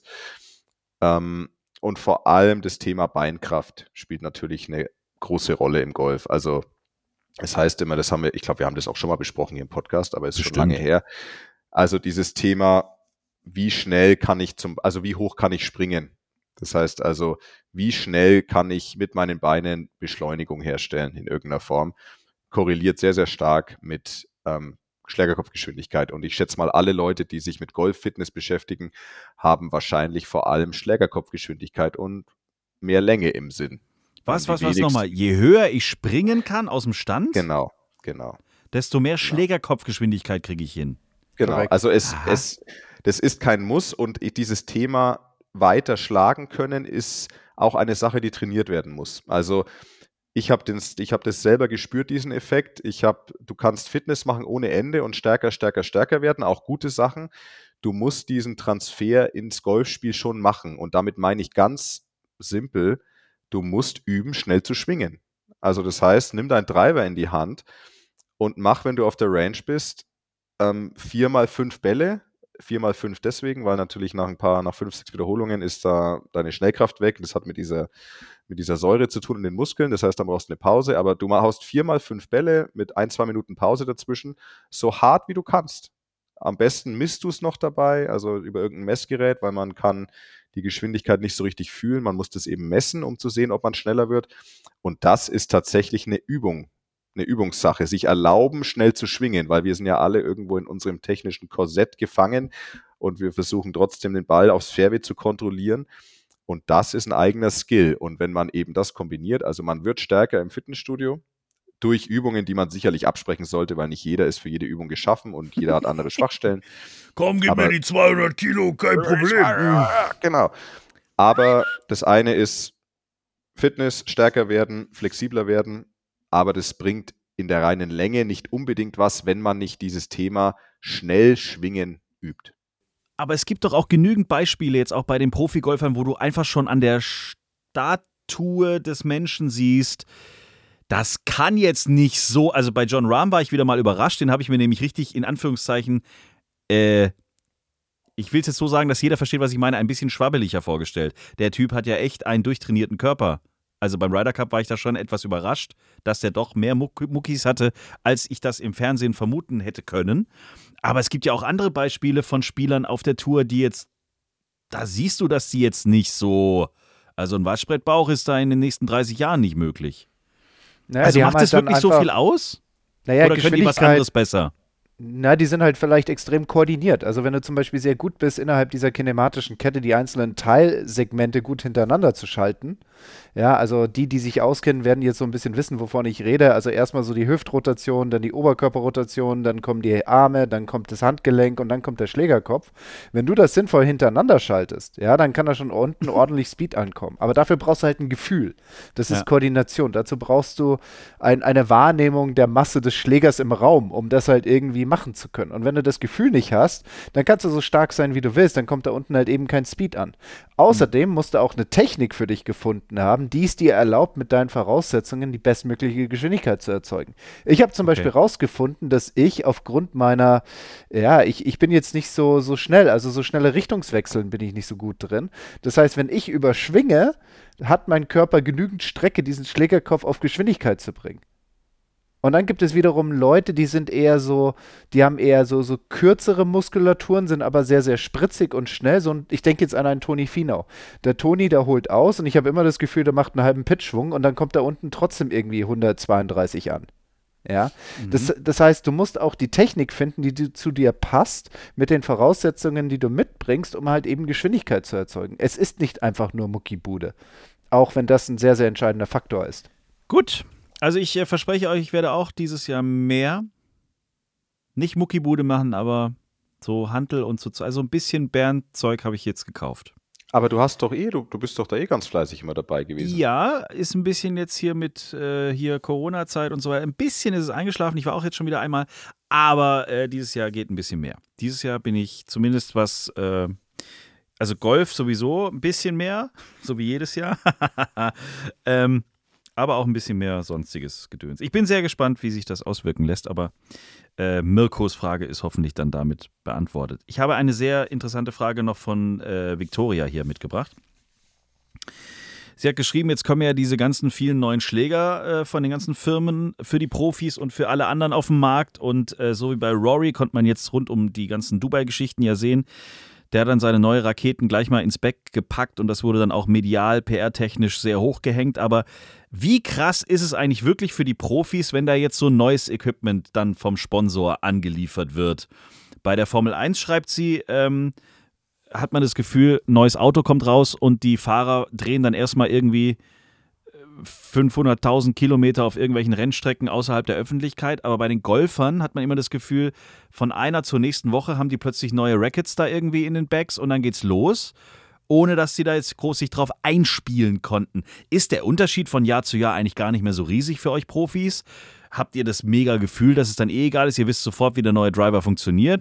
Ähm, und vor allem das Thema Beinkraft spielt natürlich eine große Rolle im Golf. Also es heißt immer, das haben wir, ich glaube, wir haben das auch schon mal besprochen hier im Podcast, aber es ist schon Bestimmt. lange her. Also dieses Thema, wie schnell kann ich zum, also wie hoch kann ich springen? Das heißt also, wie schnell kann ich mit meinen Beinen Beschleunigung herstellen in irgendeiner Form, korreliert sehr, sehr stark mit ähm, Schlägerkopfgeschwindigkeit. Und ich schätze mal, alle Leute, die sich mit Golf-Fitness beschäftigen, haben wahrscheinlich vor allem Schlägerkopfgeschwindigkeit und mehr Länge im Sinn. Was, Die was, was wenigsten- nochmal? Je höher ich springen kann aus dem Stand, Genau, genau. desto mehr Schlägerkopfgeschwindigkeit kriege ich hin. Genau, Korrekt. also es, Aha. es, das ist kein Muss und ich- dieses Thema weiter schlagen können ist auch eine Sache, die trainiert werden muss. Also ich habe ich hab das selber gespürt, diesen Effekt. Ich hab, du kannst Fitness machen ohne Ende und stärker, stärker, stärker werden, auch gute Sachen. Du musst diesen Transfer ins Golfspiel schon machen und damit meine ich ganz simpel, du musst üben, schnell zu schwingen. Also das heißt, nimm deinen Driver in die Hand und mach, wenn du auf der Range bist, ähm, vier mal fünf Bälle, vier mal fünf deswegen, weil natürlich nach ein paar, nach fünf, sechs Wiederholungen ist da deine Schnellkraft weg. Das hat mit dieser, mit dieser Säure zu tun in den Muskeln. Das heißt, da brauchst du eine Pause. Aber du haust vier mal fünf Bälle mit ein, zwei Minuten Pause dazwischen, so hart wie du kannst. Am besten misst du es noch dabei, also über irgendein Messgerät, weil man kann die Geschwindigkeit nicht so richtig fühlen. Man muss das eben messen, um zu sehen, ob man schneller wird. Und das ist tatsächlich eine Übung. Eine Übungssache, sich erlauben, schnell zu schwingen, weil wir sind ja alle irgendwo in unserem technischen Korsett gefangen und wir versuchen trotzdem den Ball aufs Fairway zu kontrollieren und das ist ein eigener Skill und wenn man eben das kombiniert, also man wird stärker im Fitnessstudio durch Übungen, die man sicherlich absprechen sollte, weil nicht jeder ist für jede Übung geschaffen und jeder hat andere Schwachstellen. Komm, gib Aber- mir die zweihundert Kilo, kein Problem. Ja, genau. Aber das eine ist Fitness, stärker werden, flexibler werden, aber das bringt in der reinen Länge nicht unbedingt was, wenn man nicht dieses Thema schnell schwingen übt. Aber es gibt doch auch genügend Beispiele jetzt auch bei den Profigolfern, wo du einfach schon an der Statue des Menschen siehst, das kann jetzt nicht so, also bei John Rahm war ich wieder mal überrascht, den habe ich mir nämlich richtig in Anführungszeichen, äh, ich will es jetzt so sagen, dass jeder versteht, was ich meine, ein bisschen schwabbeliger vorgestellt. Der Typ hat ja echt einen durchtrainierten Körper. Also beim Ryder Cup war ich da schon etwas überrascht, dass der doch mehr Muck- Muckis hatte, als ich das im Fernsehen vermuten hätte können. Aber es gibt ja auch andere Beispiele von Spielern auf der Tour, die jetzt, da siehst du, dass die jetzt nicht so, also ein Waschbrettbauch ist da in den nächsten dreißig Jahren nicht möglich. Naja, also die macht haben das halt wirklich dann so einfach, viel aus? naja, Oder können die was Geschwindigkeit- anderes besser? Na, die sind halt vielleicht extrem koordiniert. Also wenn du zum Beispiel sehr gut bist, innerhalb dieser kinematischen Kette die einzelnen Teilsegmente gut hintereinander zu schalten. Ja, also die, die sich auskennen, werden jetzt so ein bisschen wissen, wovon ich rede. Also erstmal so die Hüftrotation, dann die Oberkörperrotation, dann kommen die Arme, dann kommt das Handgelenk und dann kommt der Schlägerkopf. Wenn du das sinnvoll hintereinander schaltest, ja, dann kann da schon unten ordentlich Speed ankommen. Aber dafür brauchst du halt ein Gefühl. Das ist Ja. Koordination. Dazu brauchst du ein, eine Wahrnehmung der Masse des Schlägers im Raum, um das halt irgendwie machen zu können. Und wenn du das Gefühl nicht hast, dann kannst du so stark sein, wie du willst, dann kommt da unten halt eben kein Speed an. Außerdem musst du auch eine Technik für dich gefunden haben, die es dir erlaubt, mit deinen Voraussetzungen die bestmögliche Geschwindigkeit zu erzeugen. Ich habe zum Okay. Beispiel rausgefunden, dass ich aufgrund meiner, ja, ich, ich bin jetzt nicht so, so schnell, also so schnelle Richtungswechseln bin ich nicht so gut drin. Das heißt, wenn ich überschwinge, hat mein Körper genügend Strecke, diesen Schlägerkopf auf Geschwindigkeit zu bringen. Und dann gibt es wiederum Leute, die sind eher so, die haben eher so, so kürzere Muskulaturen, sind aber sehr, sehr spritzig und schnell. So, ein- ich denke jetzt an einen Toni Finau. Der Toni, der holt aus und ich habe immer das Gefühl, der macht einen halben Pitchschwung und dann kommt da unten trotzdem irgendwie hundertzweiunddreißig an. Ja, das, das heißt, du musst auch die Technik finden, die du, zu dir passt, mit den Voraussetzungen, die du mitbringst, um halt eben Geschwindigkeit zu erzeugen. Es ist nicht einfach nur Muckibude, auch wenn das ein sehr, sehr entscheidender Faktor ist. Gut, also ich äh, verspreche euch, ich werde auch dieses Jahr mehr, nicht Muckibude machen, aber so Hantel und so, also ein bisschen Bernd-Zeug habe ich jetzt gekauft. Aber du hast doch eh, du, du bist doch da eh ganz fleißig immer dabei gewesen. Ja, ist ein bisschen jetzt hier mit äh, hier Corona-Zeit und so weiter. Ein bisschen ist es eingeschlafen. Ich war auch jetzt schon wieder einmal. Aber äh, dieses Jahr geht ein bisschen mehr. Dieses Jahr bin ich zumindest was, äh, also Golf sowieso ein bisschen mehr, so wie jedes Jahr. ähm, aber auch ein bisschen mehr sonstiges Gedöns. Ich bin sehr gespannt, wie sich das auswirken lässt, aber äh, Mirkos Frage ist hoffentlich dann damit beantwortet. Ich habe eine sehr interessante Frage noch von äh, Victoria hier mitgebracht. Sie hat geschrieben, jetzt kommen ja diese ganzen vielen neuen Schläger äh, von den ganzen Firmen für die Profis und für alle anderen auf dem Markt. Und äh, so wie bei Rory konnte man jetzt rund um die ganzen Dubai-Geschichten ja sehen, der hat dann seine neue Raketen gleich mal ins Bag gepackt und das wurde dann auch medial, P R-technisch sehr hochgehängt. Aber wie krass ist es eigentlich wirklich für die Profis, wenn da jetzt so neues Equipment dann vom Sponsor angeliefert wird? Bei der Formel eins schreibt sie, ähm, hat man das Gefühl, neues Auto kommt raus und die Fahrer drehen dann erstmal irgendwie fünfhunderttausend Kilometer auf irgendwelchen Rennstrecken außerhalb der Öffentlichkeit. Aber bei den Golfern hat man immer das Gefühl, von einer zur nächsten Woche haben die plötzlich neue Rackets da irgendwie in den Bags und dann geht's los, ohne dass sie da jetzt groß sich drauf einspielen konnten. Ist der Unterschied von Jahr zu Jahr eigentlich gar nicht mehr so riesig für euch Profis? Habt ihr das mega Gefühl, dass es dann eh egal ist? Ihr wisst sofort, wie der neue Driver funktioniert.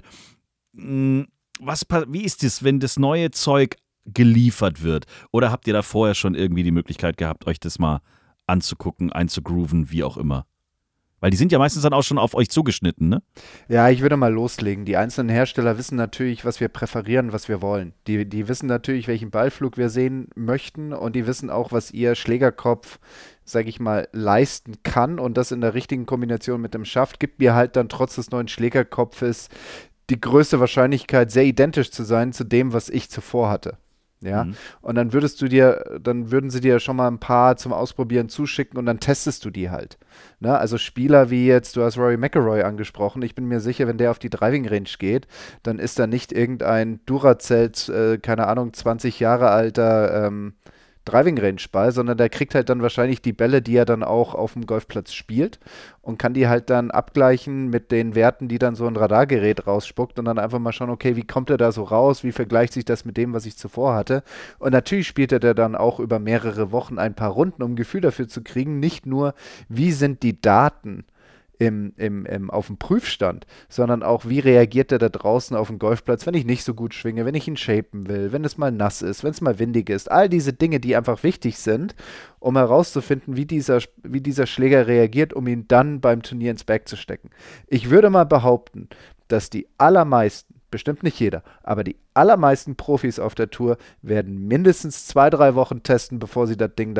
Was, wie ist es, wenn das neue Zeug geliefert wird? Oder habt ihr da vorher schon irgendwie die Möglichkeit gehabt, euch das mal anzugucken, einzugrooven, wie auch immer? Weil die sind ja meistens dann auch schon auf euch zugeschnitten, ne? Ja, ich würde mal loslegen. Die einzelnen Hersteller wissen natürlich, was wir präferieren, was wir wollen. Die, die wissen natürlich, welchen Ballflug wir sehen möchten und die wissen auch, was ihr Schlägerkopf, sage ich mal, leisten kann und das in der richtigen Kombination mit dem Schaft gibt mir halt dann trotz des neuen Schlägerkopfes die größte Wahrscheinlichkeit, sehr identisch zu sein zu dem, was ich zuvor hatte. Ja, Mhm. und dann würdest du dir, dann würden sie dir schon mal ein paar zum Ausprobieren zuschicken und dann testest du die halt. Ne? Also Spieler wie jetzt, du hast Rory McIlroy angesprochen, ich bin mir sicher, wenn der auf die Driving Range geht, dann ist da nicht irgendein Duracell, äh, keine Ahnung, zwanzig Jahre alter ähm, Driving Range Ball, sondern der kriegt halt dann wahrscheinlich die Bälle, die er dann auch auf dem Golfplatz spielt und kann die halt dann abgleichen mit den Werten, die dann so ein Radargerät rausspuckt und dann einfach mal schauen, okay, wie kommt er da so raus, wie vergleicht sich das mit dem, was ich zuvor hatte und natürlich spielt er dann auch über mehrere Wochen ein paar Runden, um ein Gefühl dafür zu kriegen, nicht nur, wie sind die Daten Im, im, im, auf dem Prüfstand, sondern auch, wie reagiert er da draußen auf dem Golfplatz, wenn ich nicht so gut schwinge, wenn ich ihn shapen will, wenn es mal nass ist, wenn es mal windig ist. All diese Dinge, die einfach wichtig sind, um herauszufinden, wie dieser, wie dieser Schläger reagiert, um ihn dann beim Turnier ins Bag zu stecken. Ich würde mal behaupten, dass die allermeisten, bestimmt nicht jeder, aber die allermeisten Profis auf der Tour werden mindestens zwei, drei Wochen testen, bevor sie das Ding da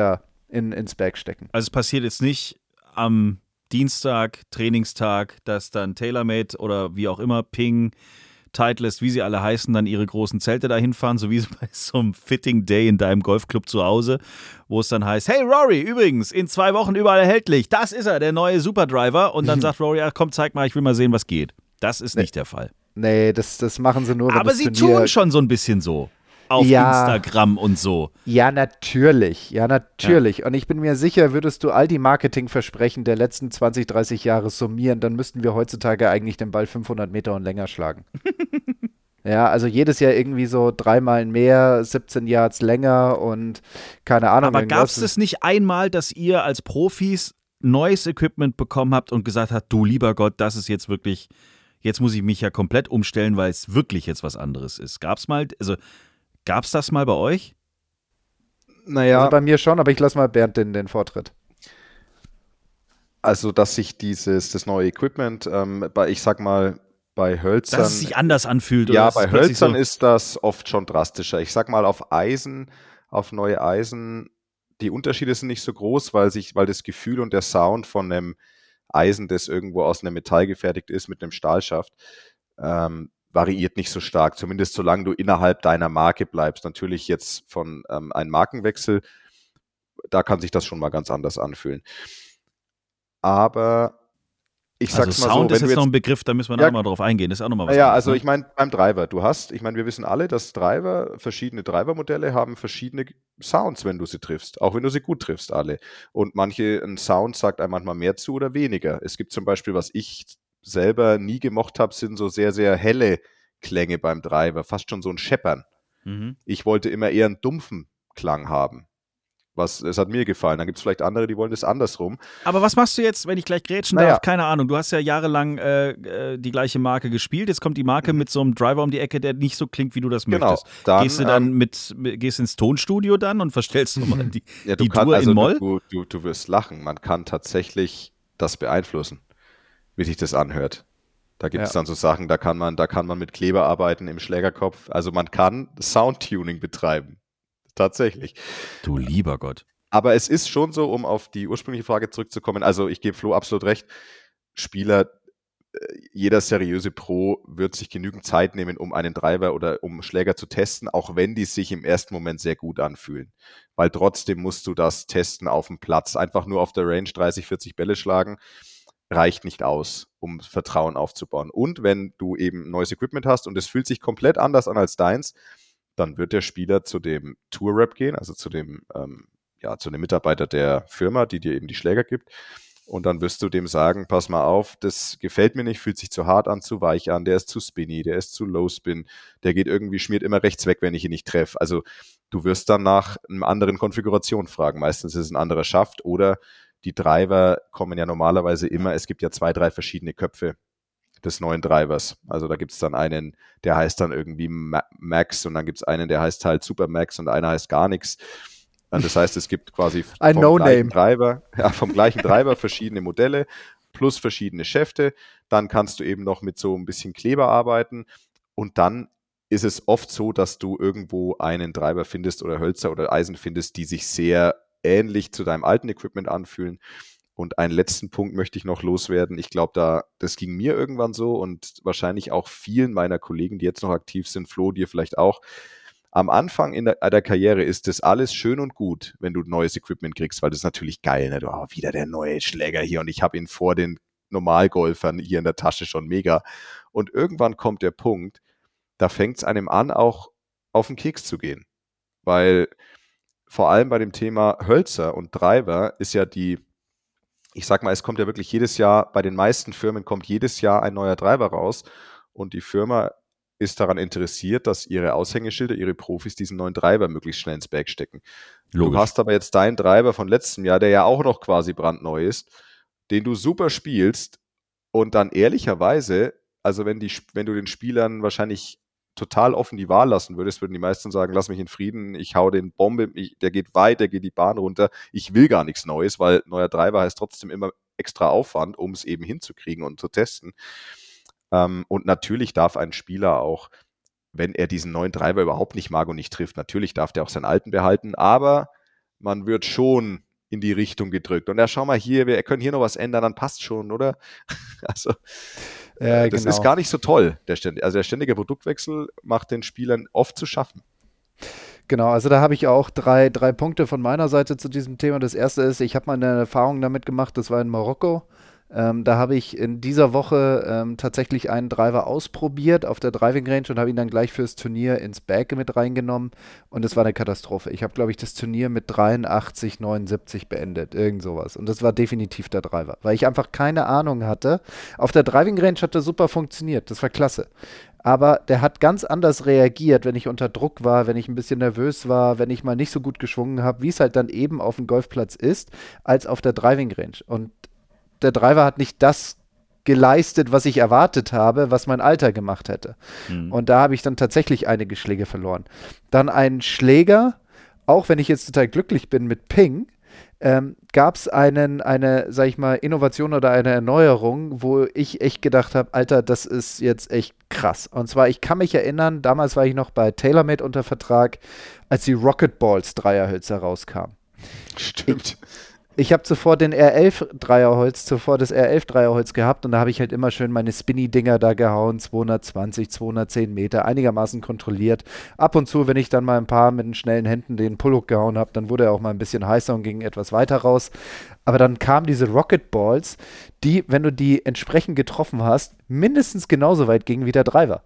in, ins Bag stecken. Also es passiert jetzt nicht am Dienstag, Trainingstag, dass dann TaylorMade oder wie auch immer, Ping, Titleist, wie sie alle heißen, dann ihre großen Zelte dahin fahren, so wie bei so einem Fitting Day in deinem Golfclub zu Hause, wo es dann heißt, hey Rory, übrigens, in zwei Wochen überall erhältlich, das ist er, der neue Superdriver. Und dann sagt Rory, ach komm, zeig mal, ich will mal sehen, was geht. Das ist nee. nicht der Fall. Nee, das, das machen sie nur, wenn Aber das sie Turnier tun schon so ein bisschen so. Auf ja, Instagram und so. Ja, natürlich. Ja, natürlich. Ja. Und ich bin mir sicher, würdest du all die Marketingversprechen der letzten zwanzig, dreißig Jahre summieren, dann müssten wir heutzutage eigentlich den Ball fünfhundert Meter und länger schlagen. Ja, also jedes Jahr irgendwie so dreimal mehr, siebzehn Yards länger und keine Ahnung. Aber gab es das nicht einmal, dass ihr als Profis neues Equipment bekommen habt und gesagt habt, du lieber Gott, das ist jetzt wirklich, jetzt muss ich mich ja komplett umstellen, weil es wirklich jetzt was anderes ist. Gab's mal, also Gab es das mal bei euch? Naja. Also bei mir schon, aber ich lasse mal Bernd den, den Vortritt. Also, dass sich dieses, das neue Equipment, ähm, bei, ich sag mal, bei Hölzern. Dass es sich anders anfühlt. Ja, oder bei Hölzern so ist das oft schon drastischer. Ich sag mal, auf Eisen, auf neue Eisen, die Unterschiede sind nicht so groß, weil sich, weil das Gefühl und der Sound von einem Eisen, das irgendwo aus einem Metall gefertigt ist, mit einem Stahlschaft, ähm, variiert nicht so stark, zumindest solange du innerhalb deiner Marke bleibst. Natürlich jetzt von ähm, einem Markenwechsel, da kann sich das schon mal ganz anders anfühlen. Aber ich also sag's mal Sound so, ist wenn jetzt du noch ein Begriff, da müssen wir ja, noch mal drauf eingehen. Das ist auch noch mal was. Ja, anderes, also ne? ich meine beim Driver, du hast, ich meine, wir wissen alle, dass Driver, verschiedene Driver-Modelle haben verschiedene Sounds, wenn du sie triffst, auch wenn du sie gut triffst, alle. Und manche, ein Sound sagt einem manchmal mehr zu oder weniger. Es gibt zum Beispiel, was ich selber nie gemocht habe, sind so sehr, sehr helle Klänge beim Driver, fast schon so ein Scheppern. Mhm. Ich wollte immer eher einen dumpfen Klang haben. Was, es hat mir gefallen. Dann gibt es vielleicht andere, die wollen das andersrum. Aber was machst du jetzt, wenn ich gleich grätschen naja. darf? Keine Ahnung. Du hast ja jahrelang äh, die gleiche Marke gespielt. Jetzt kommt die Marke mhm. mit so einem Driver um die Ecke, der nicht so klingt, wie du das genau. möchtest. Dann, gehst du dann ähm, mit, gehst ins Tonstudio dann und verstellst nochmal die, ja, du die kann, Dur also in Moll? Du, du, du wirst lachen. Man kann tatsächlich das beeinflussen, wie sich das anhört. Da gibt es ja. dann so Sachen, da kann man, da kann man mit Kleber arbeiten im Schlägerkopf. Also man kann Soundtuning betreiben. Tatsächlich. Du lieber Gott. Aber es ist schon so, um auf die ursprüngliche Frage zurückzukommen, also ich gebe Flo absolut recht, Spieler, jeder seriöse Pro wird sich genügend Zeit nehmen, um einen Driver oder um Schläger zu testen, auch wenn die sich im ersten Moment sehr gut anfühlen. Weil trotzdem musst du das testen auf dem Platz. Einfach nur auf der Range dreißig, vierzig Bälle schlagen reicht nicht aus, um Vertrauen aufzubauen. Und wenn du eben neues Equipment hast und es fühlt sich komplett anders an als deins, dann wird der Spieler zu dem Tour-Rep gehen, also zu dem, ähm, ja, zu dem Mitarbeiter der Firma, die dir eben die Schläger gibt. Und dann wirst du dem sagen, pass mal auf, das gefällt mir nicht, fühlt sich zu hart an, zu weich an, der ist zu spinny, der ist zu low spin, der geht irgendwie, schmiert immer rechts weg, wenn ich ihn nicht treffe. Also du wirst dann nach einer anderen Konfiguration fragen. Meistens ist es ein anderer Schaft oder die Driver kommen ja normalerweise immer, es gibt ja zwei, drei verschiedene Köpfe des neuen Drivers. Also da gibt es dann einen, der heißt dann irgendwie Max und dann gibt es einen, der heißt halt Super Max und einer heißt gar nichts. Und das heißt, es gibt quasi vom no gleichen Driver, ja, vom gleichen Driver verschiedene Modelle plus verschiedene Schäfte. Dann kannst du eben noch mit so ein bisschen Kleber arbeiten und dann ist es oft so, dass du irgendwo einen Driver findest oder Hölzer oder Eisen findest, die sich sehr ähnlich zu deinem alten Equipment anfühlen. Und einen letzten Punkt möchte ich noch loswerden. Ich glaube, da, das ging mir irgendwann so und wahrscheinlich auch vielen meiner Kollegen, die jetzt noch aktiv sind, Flo, dir vielleicht auch. Am Anfang in der, der Karriere ist das alles schön und gut, wenn du neues Equipment kriegst, weil das ist natürlich geil. Ne? Du, oh, wieder der neue Schläger hier und ich habe ihn vor den Normalgolfern hier in der Tasche schon mega. Und irgendwann kommt der Punkt, da fängt es einem an, auch auf den Keks zu gehen. Weil vor allem bei dem Thema Hölzer und Driver ist ja die, ich sag mal, es kommt ja wirklich jedes Jahr, bei den meisten Firmen kommt jedes Jahr ein neuer Driver raus und die Firma ist daran interessiert, dass ihre Aushängeschilder, ihre Profis diesen neuen Driver möglichst schnell ins Bag stecken. Logisch. Du hast aber jetzt deinen Driver von letztem Jahr, der ja auch noch quasi brandneu ist, den du super spielst und dann ehrlicherweise, also wenn, die, wenn du den Spielern wahrscheinlich total offen die Wahl lassen würdest, würden die meisten sagen, lass mich in Frieden, ich hau den Bombe, ich, der geht weit, der geht die Bahn runter, ich will gar nichts Neues, weil neuer Driver heißt trotzdem immer extra Aufwand, um es eben hinzukriegen und zu testen. Ähm, und natürlich darf ein Spieler auch, wenn er diesen neuen Driver überhaupt nicht mag und nicht trifft, natürlich darf der auch seinen alten behalten, aber man wird schon in die Richtung gedrückt. Und ja, schau mal hier, wir können hier noch was ändern, dann passt schon, oder? Also, Ja, das genau. ist gar nicht so toll, der ständige, also der ständige Produktwechsel macht den Spielern oft zu schaffen. Genau, also da habe ich auch drei, drei Punkte von meiner Seite zu diesem Thema. Das erste ist, ich habe mal eine Erfahrung damit gemacht, das war in Marokko. Ähm, da habe ich in dieser Woche ähm, tatsächlich einen Driver ausprobiert auf der Driving Range und habe ihn dann gleich fürs Turnier ins Bag mit reingenommen und es war eine Katastrophe. Ich habe, glaube ich, das Turnier mit dreiundachtzig, neunundsiebzig beendet, irgend sowas. Und das war definitiv der Driver, weil ich einfach keine Ahnung hatte. Auf der Driving Range hat er super funktioniert, das war klasse. Aber der hat ganz anders reagiert, wenn ich unter Druck war, wenn ich ein bisschen nervös war, wenn ich mal nicht so gut geschwungen habe, wie es halt dann eben auf dem Golfplatz ist, als auf der Driving Range. Und der Driver hat nicht das geleistet, was ich erwartet habe, was mein Alter gemacht hätte. Mhm. Und da habe ich dann tatsächlich einige Schläge verloren. Dann einen Schläger, auch wenn ich jetzt total glücklich bin mit Ping, ähm, gab es einen, eine, sag ich mal, Innovation oder eine Erneuerung, wo ich echt gedacht habe, Alter, das ist jetzt echt krass. Und zwar, ich kann mich erinnern, damals war ich noch bei TaylorMade unter Vertrag, als die Rocket Balls Dreierhölzer rauskamen. Stimmt. Ich, Ich habe zuvor den R elf Dreierholz, zuvor das R elf Dreierholz gehabt und da habe ich halt immer schön meine Spinny-Dinger da gehauen, zweihundertzwanzig, zweihundertzehn Meter, einigermaßen kontrolliert. Ab und zu, wenn ich dann mal ein paar mit den schnellen Händen den Pull-Hook gehauen habe, dann wurde er auch mal ein bisschen heißer und ging etwas weiter raus. Aber dann kamen diese Rocket Balls, die, wenn du die entsprechend getroffen hast, mindestens genauso weit gingen wie der Driver.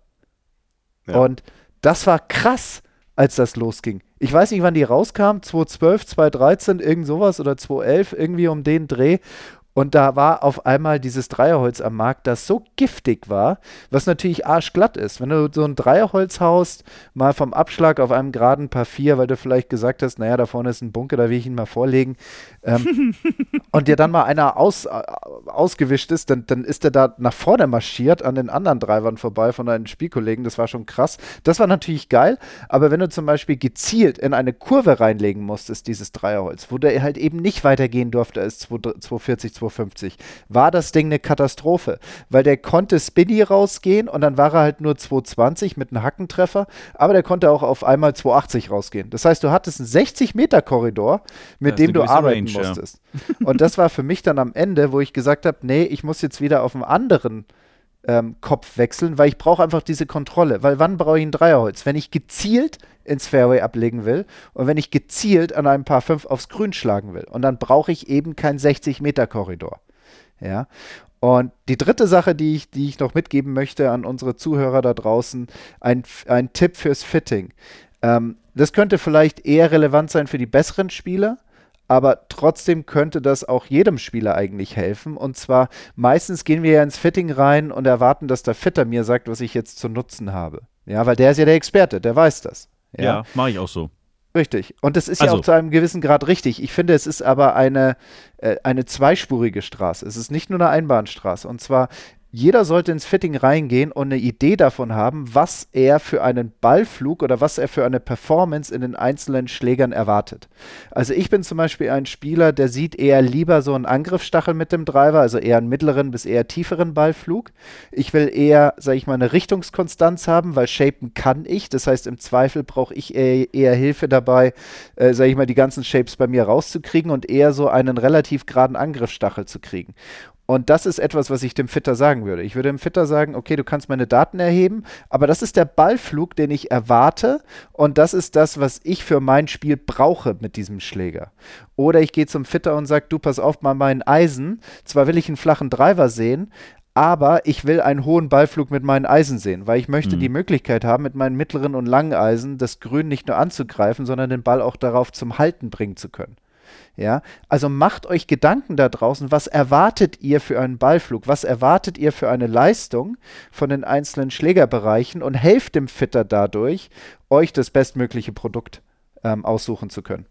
Ja. Und das war krass, als das losging. Ich weiß nicht, wann die rauskamen, zweitausendzwölf, zweitausenddreizehn, irgend sowas oder zweitausendelf, irgendwie um den Dreh. Und da war auf einmal dieses Dreierholz am Markt, das so giftig war, was natürlich arschglatt ist. Wenn du so ein Dreierholz haust, mal vom Abschlag auf einem geraden Par vier, weil du vielleicht gesagt hast, naja, da vorne ist ein Bunker, da will ich ihn mal vorlegen, ähm, und dir dann mal einer aus, äh, ausgewischt ist, dann, dann ist der da nach vorne marschiert an den anderen Drivern vorbei von deinen Spielkollegen. Das war schon krass. Das war natürlich geil, aber wenn du zum Beispiel gezielt in eine Kurve reinlegen musstest, dieses Dreierholz, wo der halt eben nicht weitergehen durfte als zweihundertvierzig, zweihundertfünfzig, war das Ding eine Katastrophe, weil der konnte Spinny rausgehen und dann war er halt nur zweihundertzwanzig mit einem Hackentreffer, aber der konnte auch auf einmal zweihundertachtzig rausgehen. Das heißt, du hattest einen sechzig Meter Korridor, mit dem du arbeiten Range, musstest. Ja. Und das war für mich dann am Ende, wo ich gesagt habe, nee, ich muss jetzt wieder auf einen anderen ähm, Kopf wechseln, weil ich brauche einfach diese Kontrolle. Weil wann brauche ich ein Dreierholz? Wenn ich gezielt ins Fairway ablegen will und wenn ich gezielt an einem Par fünf aufs Grün schlagen will. Und dann brauche ich eben keinen sechzig Meter Korridor. Ja. Und die dritte Sache, die ich, die ich noch mitgeben möchte an unsere Zuhörer da draußen, ein, ein Tipp fürs Fitting. Ähm, das könnte vielleicht eher relevant sein für die besseren Spieler, aber trotzdem könnte das auch jedem Spieler eigentlich helfen. Und zwar, meistens gehen wir ja ins Fitting rein und erwarten, dass der Fitter mir sagt, was ich jetzt zu nutzen habe. Ja, weil der ist ja der Experte, der weiß das. Ja, ja mache ich auch so. Richtig. Und das ist also. ja auch zu einem gewissen Grad richtig. Ich finde, es ist aber eine, äh, eine zweispurige Straße. Es ist nicht nur eine Einbahnstraße. Und zwar, jeder sollte ins Fitting reingehen und eine Idee davon haben, was er für einen Ballflug oder was er für eine Performance in den einzelnen Schlägern erwartet. Also ich bin zum Beispiel ein Spieler, der sieht eher lieber so einen Angriffsstachel mit dem Driver, also eher einen mittleren bis eher tieferen Ballflug. Ich will eher, sage ich mal, eine Richtungskonstanz haben, weil shapen kann ich. Das heißt, im Zweifel brauche ich eher, eher Hilfe dabei, äh, sage ich mal, die ganzen Shapes bei mir rauszukriegen und eher so einen relativ geraden Angriffsstachel zu kriegen. Und das ist etwas, was ich dem Fitter sagen würde. Ich würde dem Fitter sagen, okay, du kannst meine Daten erheben, aber das ist der Ballflug, den ich erwarte und das ist das, was ich für mein Spiel brauche mit diesem Schläger. Oder ich gehe zum Fitter und sage, du, pass auf, mal meinen Eisen. Zwar will ich einen flachen Driver sehen, aber ich will einen hohen Ballflug mit meinen Eisen sehen, weil ich möchte mhm. die Möglichkeit haben, mit meinen mittleren und langen Eisen das Grün nicht nur anzugreifen, sondern den Ball auch darauf zum Halten bringen zu können. Ja, also macht euch Gedanken da draußen, was erwartet ihr für einen Ballflug, was erwartet ihr für eine Leistung von den einzelnen Schlägerbereichen und helft dem Fitter dadurch, euch das bestmögliche Produkt ähm, aussuchen zu können.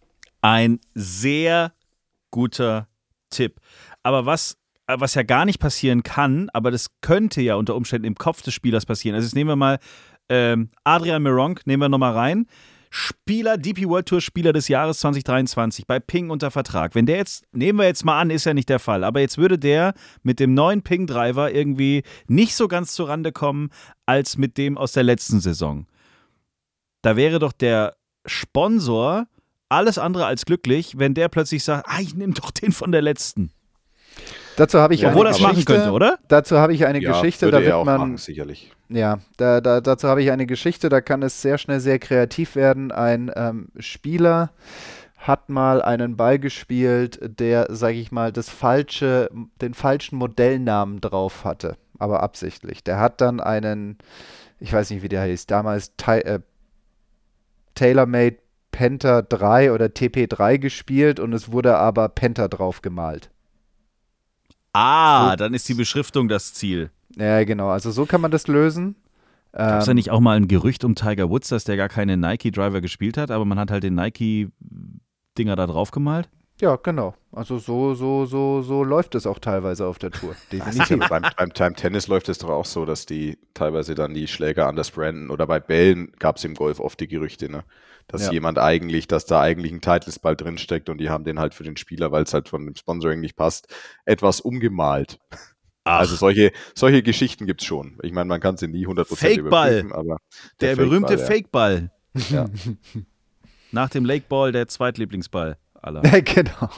Ein sehr guter Tipp. Aber was, was ja gar nicht passieren kann, aber das könnte ja unter Umständen im Kopf des Spielers passieren. Also jetzt nehmen wir mal ähm, Adrian Meronk, nehmen wir nochmal rein. Spieler, D P World Tour Spieler des Jahres zwanzig dreiundzwanzig, bei Ping unter Vertrag. Wenn der jetzt, nehmen wir jetzt mal an, ist ja nicht der Fall, aber jetzt würde der mit dem neuen Ping-Driver irgendwie nicht so ganz zurande kommen, als mit dem aus der letzten Saison. Da wäre doch der Sponsor alles andere als glücklich, wenn der plötzlich sagt, ah, ich nehme doch den von der letzten. Dazu habe ich ja, eine Obwohl er das machen Geschichte, könnte, oder? Dazu habe ich eine ja, Geschichte, würde da wird er auch man machen, sicherlich. Ja, da, da, dazu habe ich eine Geschichte, da kann es sehr schnell sehr kreativ werden. Ein ähm, Spieler hat mal einen Ball gespielt, der, sage ich mal, das falsche, den falschen Modellnamen drauf hatte, aber absichtlich. Der hat dann einen, ich weiß nicht, wie der hieß, damals Ty- äh, TaylorMade Penta drei oder T P drei gespielt und es wurde aber Penta drauf gemalt. Ah, So. dann ist die Beschriftung das Ziel. Ja, genau, also so kann man das lösen. Gab es da Ähm, nicht auch mal ein Gerücht um Tiger Woods, dass der gar keine Nike-Driver gespielt hat, aber man hat halt den Nike-Dinger da drauf gemalt? Ja, genau. Also so, so, so, so läuft es auch teilweise auf der Tour. Definitiv. beim, beim, beim Tennis läuft es doch auch so, dass die teilweise dann die Schläger anders branden. Oder bei Bällen gab es im Golf oft die Gerüchte, ne? Dass Ja. jemand eigentlich, dass da eigentlich ein Titleist-Ball drinsteckt und die haben den halt für den Spieler, weil es halt von dem Sponsoring nicht passt, etwas umgemalt. Ach, Also solche, solche Geschichten gibt es schon. Ich meine, man kann sie nie hundert Prozent Fake-Ball. überprüfen, aber der berühmte Fake-Ball, Fake-Ball. Ja. Nach dem Lake-Ball der Zweitlieblingsball aller. Genau.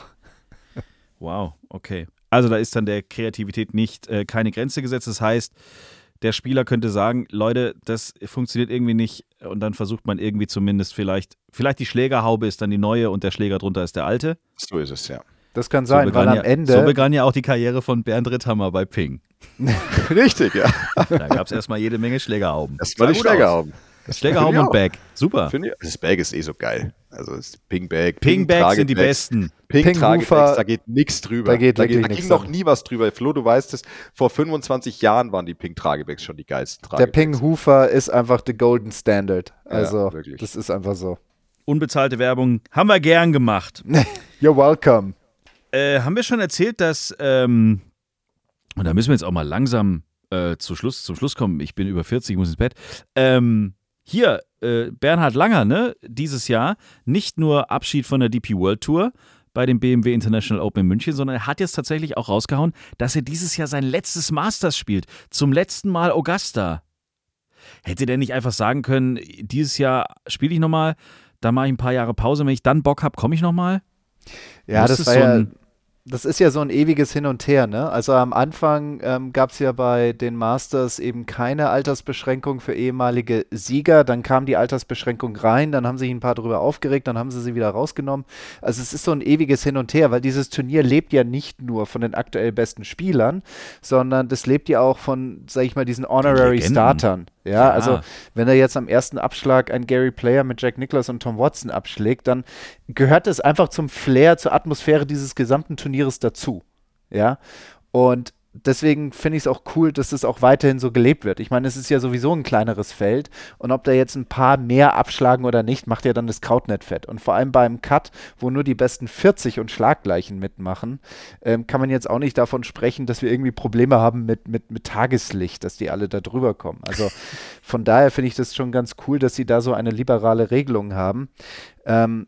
Wow, okay. Also da ist dann der Kreativität nicht äh, keine Grenze gesetzt. Das heißt, der Spieler könnte sagen, Leute, das funktioniert irgendwie nicht und dann versucht man irgendwie zumindest vielleicht, vielleicht die Schlägerhaube ist dann die neue und der Schläger drunter ist der alte. So ist es, ja. Das kann So sein, weil begann, am ja, Ende. so begann ja auch die Karriere von Bernd Ritthammer bei Ping. Richtig, ja. Da gab es erstmal jede Menge Schlägerhauben. Das war die Sah gut aus. Schlägerhauben. Schlägerhauben Finde ich und Bag. Super. Finde ich, das Bag ist eh so geil. Also das Ping-Bag. Ping-Bags sind die Tragebags. besten. Ping-Tragebags, Ping-Hufer, da geht nichts drüber. da geht da, wirklich geht, da nichts ging noch dran. nie was drüber. Flo, du weißt es, vor fünfundzwanzig Jahren waren die Ping-Tragebags schon die geilsten Der Tragebags. Ping-Hufer ist einfach the golden standard. Also, wirklich. das ist einfach so. Unbezahlte Werbung haben wir gern gemacht. You're welcome. Äh, haben wir schon erzählt, dass, ähm, und da müssen wir jetzt auch mal langsam äh, zu Schluss, zum Schluss kommen, ich bin über vierzig, ich muss ins Bett, ähm, hier, äh, Bernhard Langer, ne, dieses Jahr, nicht nur Abschied von der D P World Tour bei dem B M W International Open in München, sondern er hat jetzt tatsächlich auch rausgehauen, dass er dieses Jahr sein letztes Masters spielt, zum letzten Mal Augusta. Hätte der nicht einfach sagen können, dieses Jahr spiele ich nochmal, dann mache ich ein paar Jahre Pause, wenn ich dann Bock habe, komme ich nochmal? Ja, Muss das es war so ja. ein- Das ist ja so ein ewiges Hin und Her, ne? Also am Anfang ähm, gab es ja bei den Masters eben keine Altersbeschränkung für ehemalige Sieger. Dann kam die Altersbeschränkung rein, dann haben sich ein paar darüber aufgeregt, dann haben sie sie wieder rausgenommen. Also es ist so ein ewiges Hin und Her, weil dieses Turnier lebt ja nicht nur von den aktuell besten Spielern, sondern das lebt ja auch von, sag ich mal, diesen Honorary Legenden. Startern. Ja, Ja. also wenn er jetzt am ersten Abschlag ein Gary Player mit Jack Nicklaus und Tom Watson abschlägt, dann gehört es einfach zum Flair, zur Atmosphäre dieses gesamten Turnieres dazu. Ja, und deswegen finde ich es auch cool, dass das auch weiterhin so gelebt wird. Ich meine, es ist ja sowieso ein kleineres Feld und ob da jetzt ein paar mehr abschlagen oder nicht, macht ja dann das Kraut nicht fett. Und vor allem beim Cut, wo nur die besten vierzig und Schlaggleichen mitmachen, ähm, kann man jetzt auch nicht davon sprechen, dass wir irgendwie Probleme haben mit, mit, mit Tageslicht, dass die alle da drüber kommen. Also von daher finde ich das schon ganz cool, dass sie da so eine liberale Regelung haben. Ähm,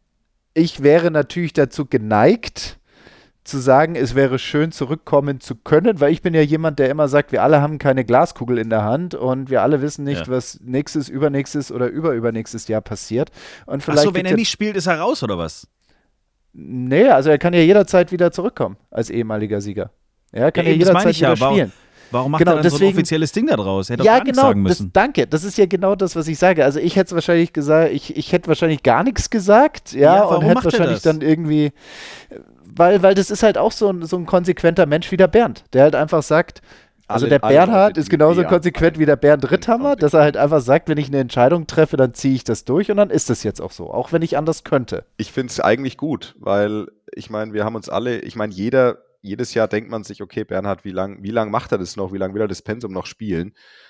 ich wäre natürlich dazu geneigt, zu sagen, es wäre schön zurückkommen zu können, weil ich bin ja jemand, der immer sagt, wir alle haben keine Glaskugel in der Hand und wir alle wissen nicht, Ja. was nächstes, übernächstes oder überübernächstes Jahr passiert. Und vielleicht Achso, wenn gibt's er ja- nicht spielt, ist er raus, oder was? Nee, also er kann ja jederzeit wieder zurückkommen als ehemaliger Sieger. Er kann Ja, ja, eben, das meine jederzeit ich ja, wieder aber- spielen. Warum macht Genau, er dann so ein deswegen- offizielles Ding da draus? Er hätte doch Ja, gar nichts genau, sagen das, müssen. danke. Das ist ja genau das, was ich sage. Also ich hätte es wahrscheinlich gesagt, ich, ich hätte wahrscheinlich gar nichts gesagt, ja, Ja, und warum hätte macht er wahrscheinlich das? dann irgendwie, weil, weil das ist halt auch so ein, so ein konsequenter Mensch wie der Bernd, der halt einfach sagt, also Alle- der alle Bernhard Leute, ist die genauso wir konsequent wie der Bernd Ritthammer, dass er halt einfach sagt, wenn ich eine Entscheidung treffe, dann ziehe ich das durch und dann ist das jetzt auch so, auch wenn ich anders könnte. Ich finde es eigentlich gut, weil ich meine, wir haben uns alle, ich meine, jeder, jedes Jahr denkt man sich, okay, Bernhard, wie lang, wie lang macht er das noch? Wie lange will er das Pensum noch spielen?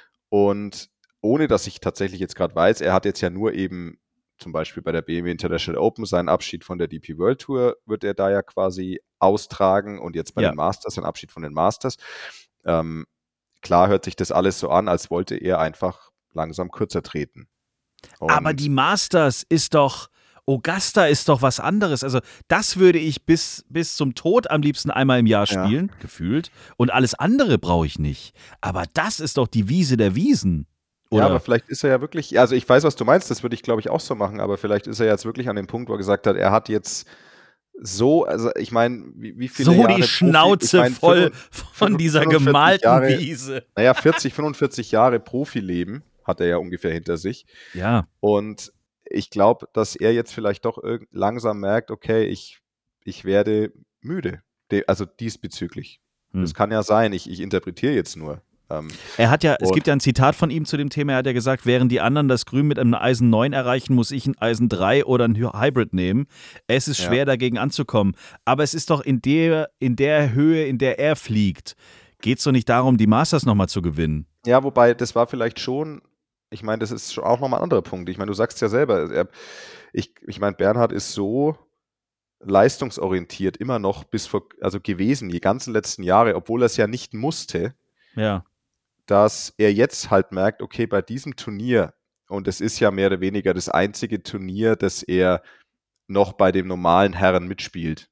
Und ohne, dass ich tatsächlich jetzt gerade weiß, er hat jetzt ja nur eben zum Beispiel bei der B M W International Open seinen Abschied von der D P World Tour wird er da ja quasi austragen und jetzt bei Ja. den Masters, seinen Abschied von den Masters. Ähm, klar hört sich das alles so an, als wollte er einfach langsam kürzer treten. Und Aber die Masters ist doch, Augusta ist doch was anderes. Also das würde ich bis, bis zum Tod am liebsten einmal im Jahr Ja. spielen, gefühlt. Und alles andere brauche ich nicht. Aber das ist doch die Wiese der Wiesen. Oder? Ja, aber vielleicht ist er ja wirklich, also ich weiß, was du meinst, das würde ich, glaube ich, auch so machen, aber vielleicht ist er jetzt wirklich an dem Punkt, wo er gesagt hat, er hat jetzt so, also ich meine, wie, wie viele so Jahre die Schnauze Profi, ich mein, voll fünfundvierzig, von dieser gemalten Jahre, Wiese. Naja, vierzig, fünfundvierzig Jahre Profileben hat er ja ungefähr hinter sich. Ja. Und ich glaube, dass er jetzt vielleicht doch irg- langsam merkt, okay, ich, ich werde müde, De- also diesbezüglich. Hm. Das kann ja sein, ich, ich interpretiere jetzt nur. Ähm, Er hat ja, es und- gibt ja ein Zitat von ihm zu dem Thema, er hat ja gesagt, während die anderen das Grün mit einem Eisen neun erreichen, muss ich ein Eisen drei oder ein Hybrid nehmen. Es ist schwer, Ja. dagegen anzukommen. Aber es ist doch in der, in der Höhe, in der er fliegt, geht es doch nicht darum, die Masters nochmal zu gewinnen. Ja, wobei, das war vielleicht schon, ich meine, das ist schon auch nochmal ein anderer Punkt. Ich meine, du sagst ja selber, er, ich, ich meine, Bernhard ist so leistungsorientiert immer noch bis vor, also gewesen, die ganzen letzten Jahre, obwohl er es ja nicht musste, Ja. dass er jetzt halt merkt, okay, bei diesem Turnier, und es ist ja mehr oder weniger das einzige Turnier, das er noch bei dem normalen Herren mitspielt.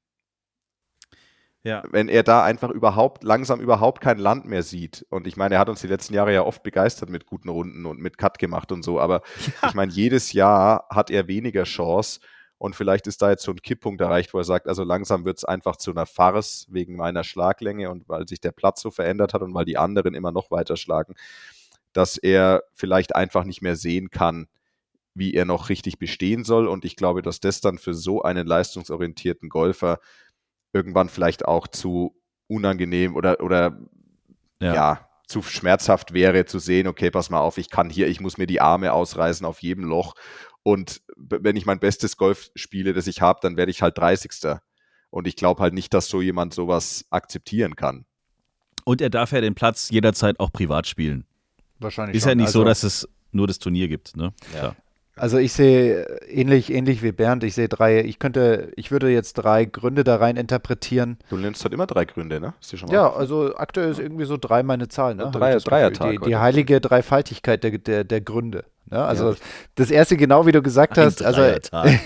Ja. Wenn er da einfach überhaupt, langsam überhaupt kein Land mehr sieht, und ich meine, er hat uns die letzten Jahre ja oft begeistert mit guten Runden und mit Cut gemacht und so, aber Ja. ich meine, jedes Jahr hat er weniger Chance, und vielleicht ist da jetzt so ein Kipppunkt erreicht, wo er sagt, also langsam wird es einfach zu einer Farce wegen meiner Schlaglänge und weil sich der Platz so verändert hat und weil die anderen immer noch weiter schlagen, dass er vielleicht einfach nicht mehr sehen kann, wie er noch richtig bestehen soll, und ich glaube, dass das dann für so einen leistungsorientierten Golfer irgendwann vielleicht auch zu unangenehm oder, oder Ja. ja, zu schmerzhaft wäre, zu sehen, okay, pass mal auf, ich kann hier, ich muss mir die Arme ausreißen auf jedem Loch, und b- wenn ich mein bestes Golf spiele, das ich habe, dann werde ich halt dreißigster. Und ich glaube halt nicht, dass so jemand sowas akzeptieren kann. Und er darf ja den Platz jederzeit auch privat spielen. Wahrscheinlich Ist schon. ja nicht also, so, dass es nur das Turnier gibt, ne? Ja. Also ich sehe ähnlich, ähnlich wie Bernd, ich sehe drei, ich könnte, ich würde jetzt drei Gründe da rein interpretieren. Du nennst halt immer drei Gründe, ne? Ist dir schon mal Ja, aufgefallen? also aktuell ist irgendwie so drei meine Zahl. Ne? Ja, Habe Dreier- ich das Gefühl. Dreiertag Die, die heute. heilige Dreifaltigkeit der, der, der Gründe. Ne? Also Ja. das erste, genau wie du gesagt hast, also Dreiertag.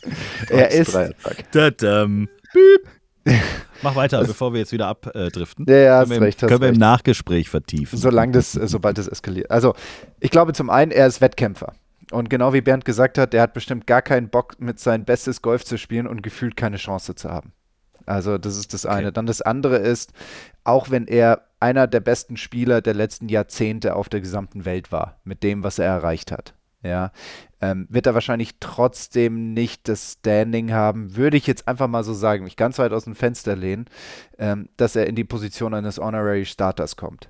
er ist, Dreiertag. Tadam. Piep. Mach weiter, bevor wir jetzt wieder abdriften. Ja, ja, hast können wir, im- recht, hast können wir im recht. Nachgespräch vertiefen. solange das, äh, sobald das eskaliert. Also ich glaube zum einen, er ist Wettkämpfer. Und genau wie Bernd gesagt hat, der hat bestimmt gar keinen Bock, mit sein bestes Golf zu spielen und gefühlt keine Chance zu haben. Also das ist das eine. Okay. Dann das andere ist, auch wenn er einer der besten Spieler der letzten Jahrzehnte auf der gesamten Welt war, mit dem, was er erreicht hat, ja, ähm, wird er wahrscheinlich trotzdem nicht das Standing haben, würde ich jetzt einfach mal so sagen, mich ganz weit aus dem Fenster lehnen, ähm, dass er in die Position eines Honorary Starters kommt.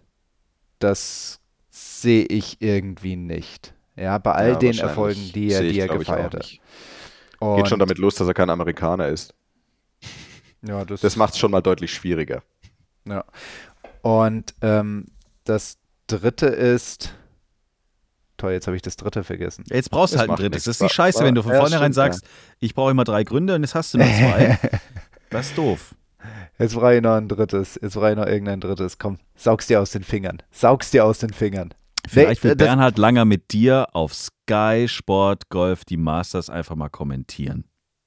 Das sehe ich irgendwie nicht. Ja, bei all Ja, den wahrscheinlich. Erfolgen, die er, Sehe ich, die er glaub ich, auch gefeiert hat. nicht. Und, Geht schon damit los, dass er kein Amerikaner ist. ja, das, Das macht es schon mal deutlich schwieriger. ja. Und ähm, das dritte ist. Toll, jetzt habe ich das dritte vergessen. Jetzt brauchst du Das halt ein macht drittes. nichts. Das ist die War- Scheiße, war- wenn du von ja, vornherein stimmt, sagst, ich brauche immer drei Gründe und jetzt hast du nur zwei. Das ist doof. Jetzt brauche ich noch ein drittes. Jetzt brauche ich noch irgendein drittes. Komm, saug's dir aus den Fingern. Saug's dir aus den Fingern. Vielleicht Nee, will das- Bernhard Langer mit dir auf Sky Sport Golf die Masters einfach mal kommentieren.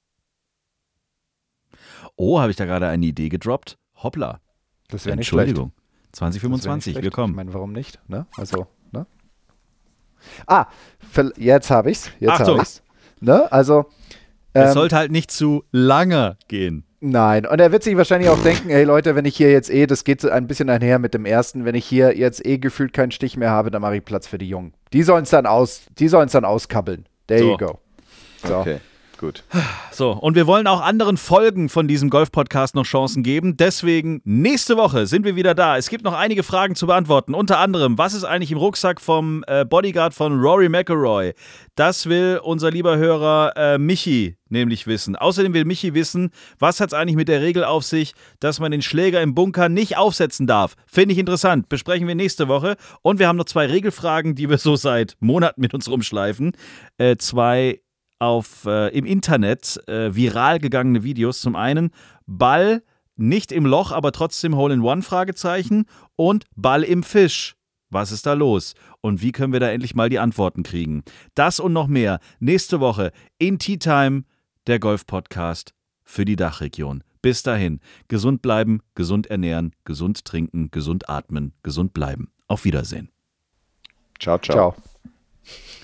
Oh, habe ich da gerade eine Idee gedroppt? Hoppla. Das wäre nicht schlecht. Entschuldigung. zwanzig fünfundzwanzig, Das wär nicht schlecht. willkommen. Ich meine, warum nicht? Ne? Also, ne? Ah, ver- jetzt habe ich's. Jetzt Achtung. habe ich's. Ne? Also, Es ähm, sollte halt nicht zu lange gehen. nein. Und er wird sich wahrscheinlich auch denken, hey Leute, wenn ich hier jetzt eh, das geht so ein bisschen einher mit dem ersten, wenn ich hier jetzt eh gefühlt keinen Stich mehr habe, dann mache ich Platz für die Jungen. Die sollen es dann aus, die sollen es dann auskabbeln. There So. you go. So. Okay, gut. So, und wir wollen auch anderen Folgen von diesem Golf-Podcast noch Chancen geben. Deswegen, nächste Woche sind wir wieder da. Es gibt noch einige Fragen zu beantworten. Unter anderem, was ist eigentlich im Rucksack vom äh, Bodyguard von Rory McIlroy? Das will unser lieber Hörer äh, Michi nämlich wissen. Außerdem will Michi wissen, was hat es eigentlich mit der Regel auf sich, dass man den Schläger im Bunker nicht aufsetzen darf. Finde ich interessant. Besprechen wir nächste Woche. Und wir haben noch zwei Regelfragen, die wir so seit Monaten mit uns rumschleifen. Äh, zwei auf äh, im Internet äh, viral gegangene Videos. Zum einen Ball nicht im Loch, aber trotzdem Hole-in-One, Fragezeichen, und Ball im Fisch. Was ist da los? Und wie können wir da endlich mal die Antworten kriegen? Das und noch mehr nächste Woche in Tea Time, der Golf-Podcast für die Dachregion. Bis dahin, gesund bleiben, gesund ernähren, gesund trinken, gesund atmen, gesund bleiben. Auf Wiedersehen. Ciao, ciao. Ciao.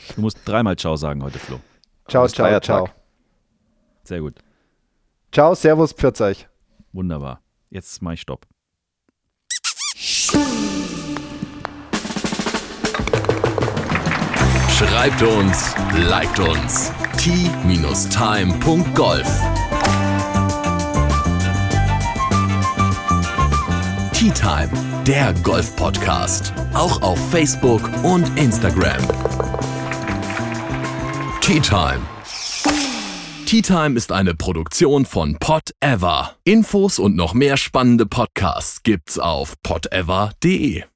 Du musst dreimal Ciao sagen heute, Flo. Ciao, Bis ciao, Feiertag. ciao. Sehr gut. Ciao, servus, pfiat euch. Wunderbar. Jetzt mach ich Stopp. Schreibt uns, liked uns. t-time punkt golf Tea Time, der Golf-Podcast. Auch auf Facebook und Instagram. Tea Time. Tea Time ist eine Produktion von Pod Ever. Infos und noch mehr spannende Podcasts gibt's auf pod ever punkt de.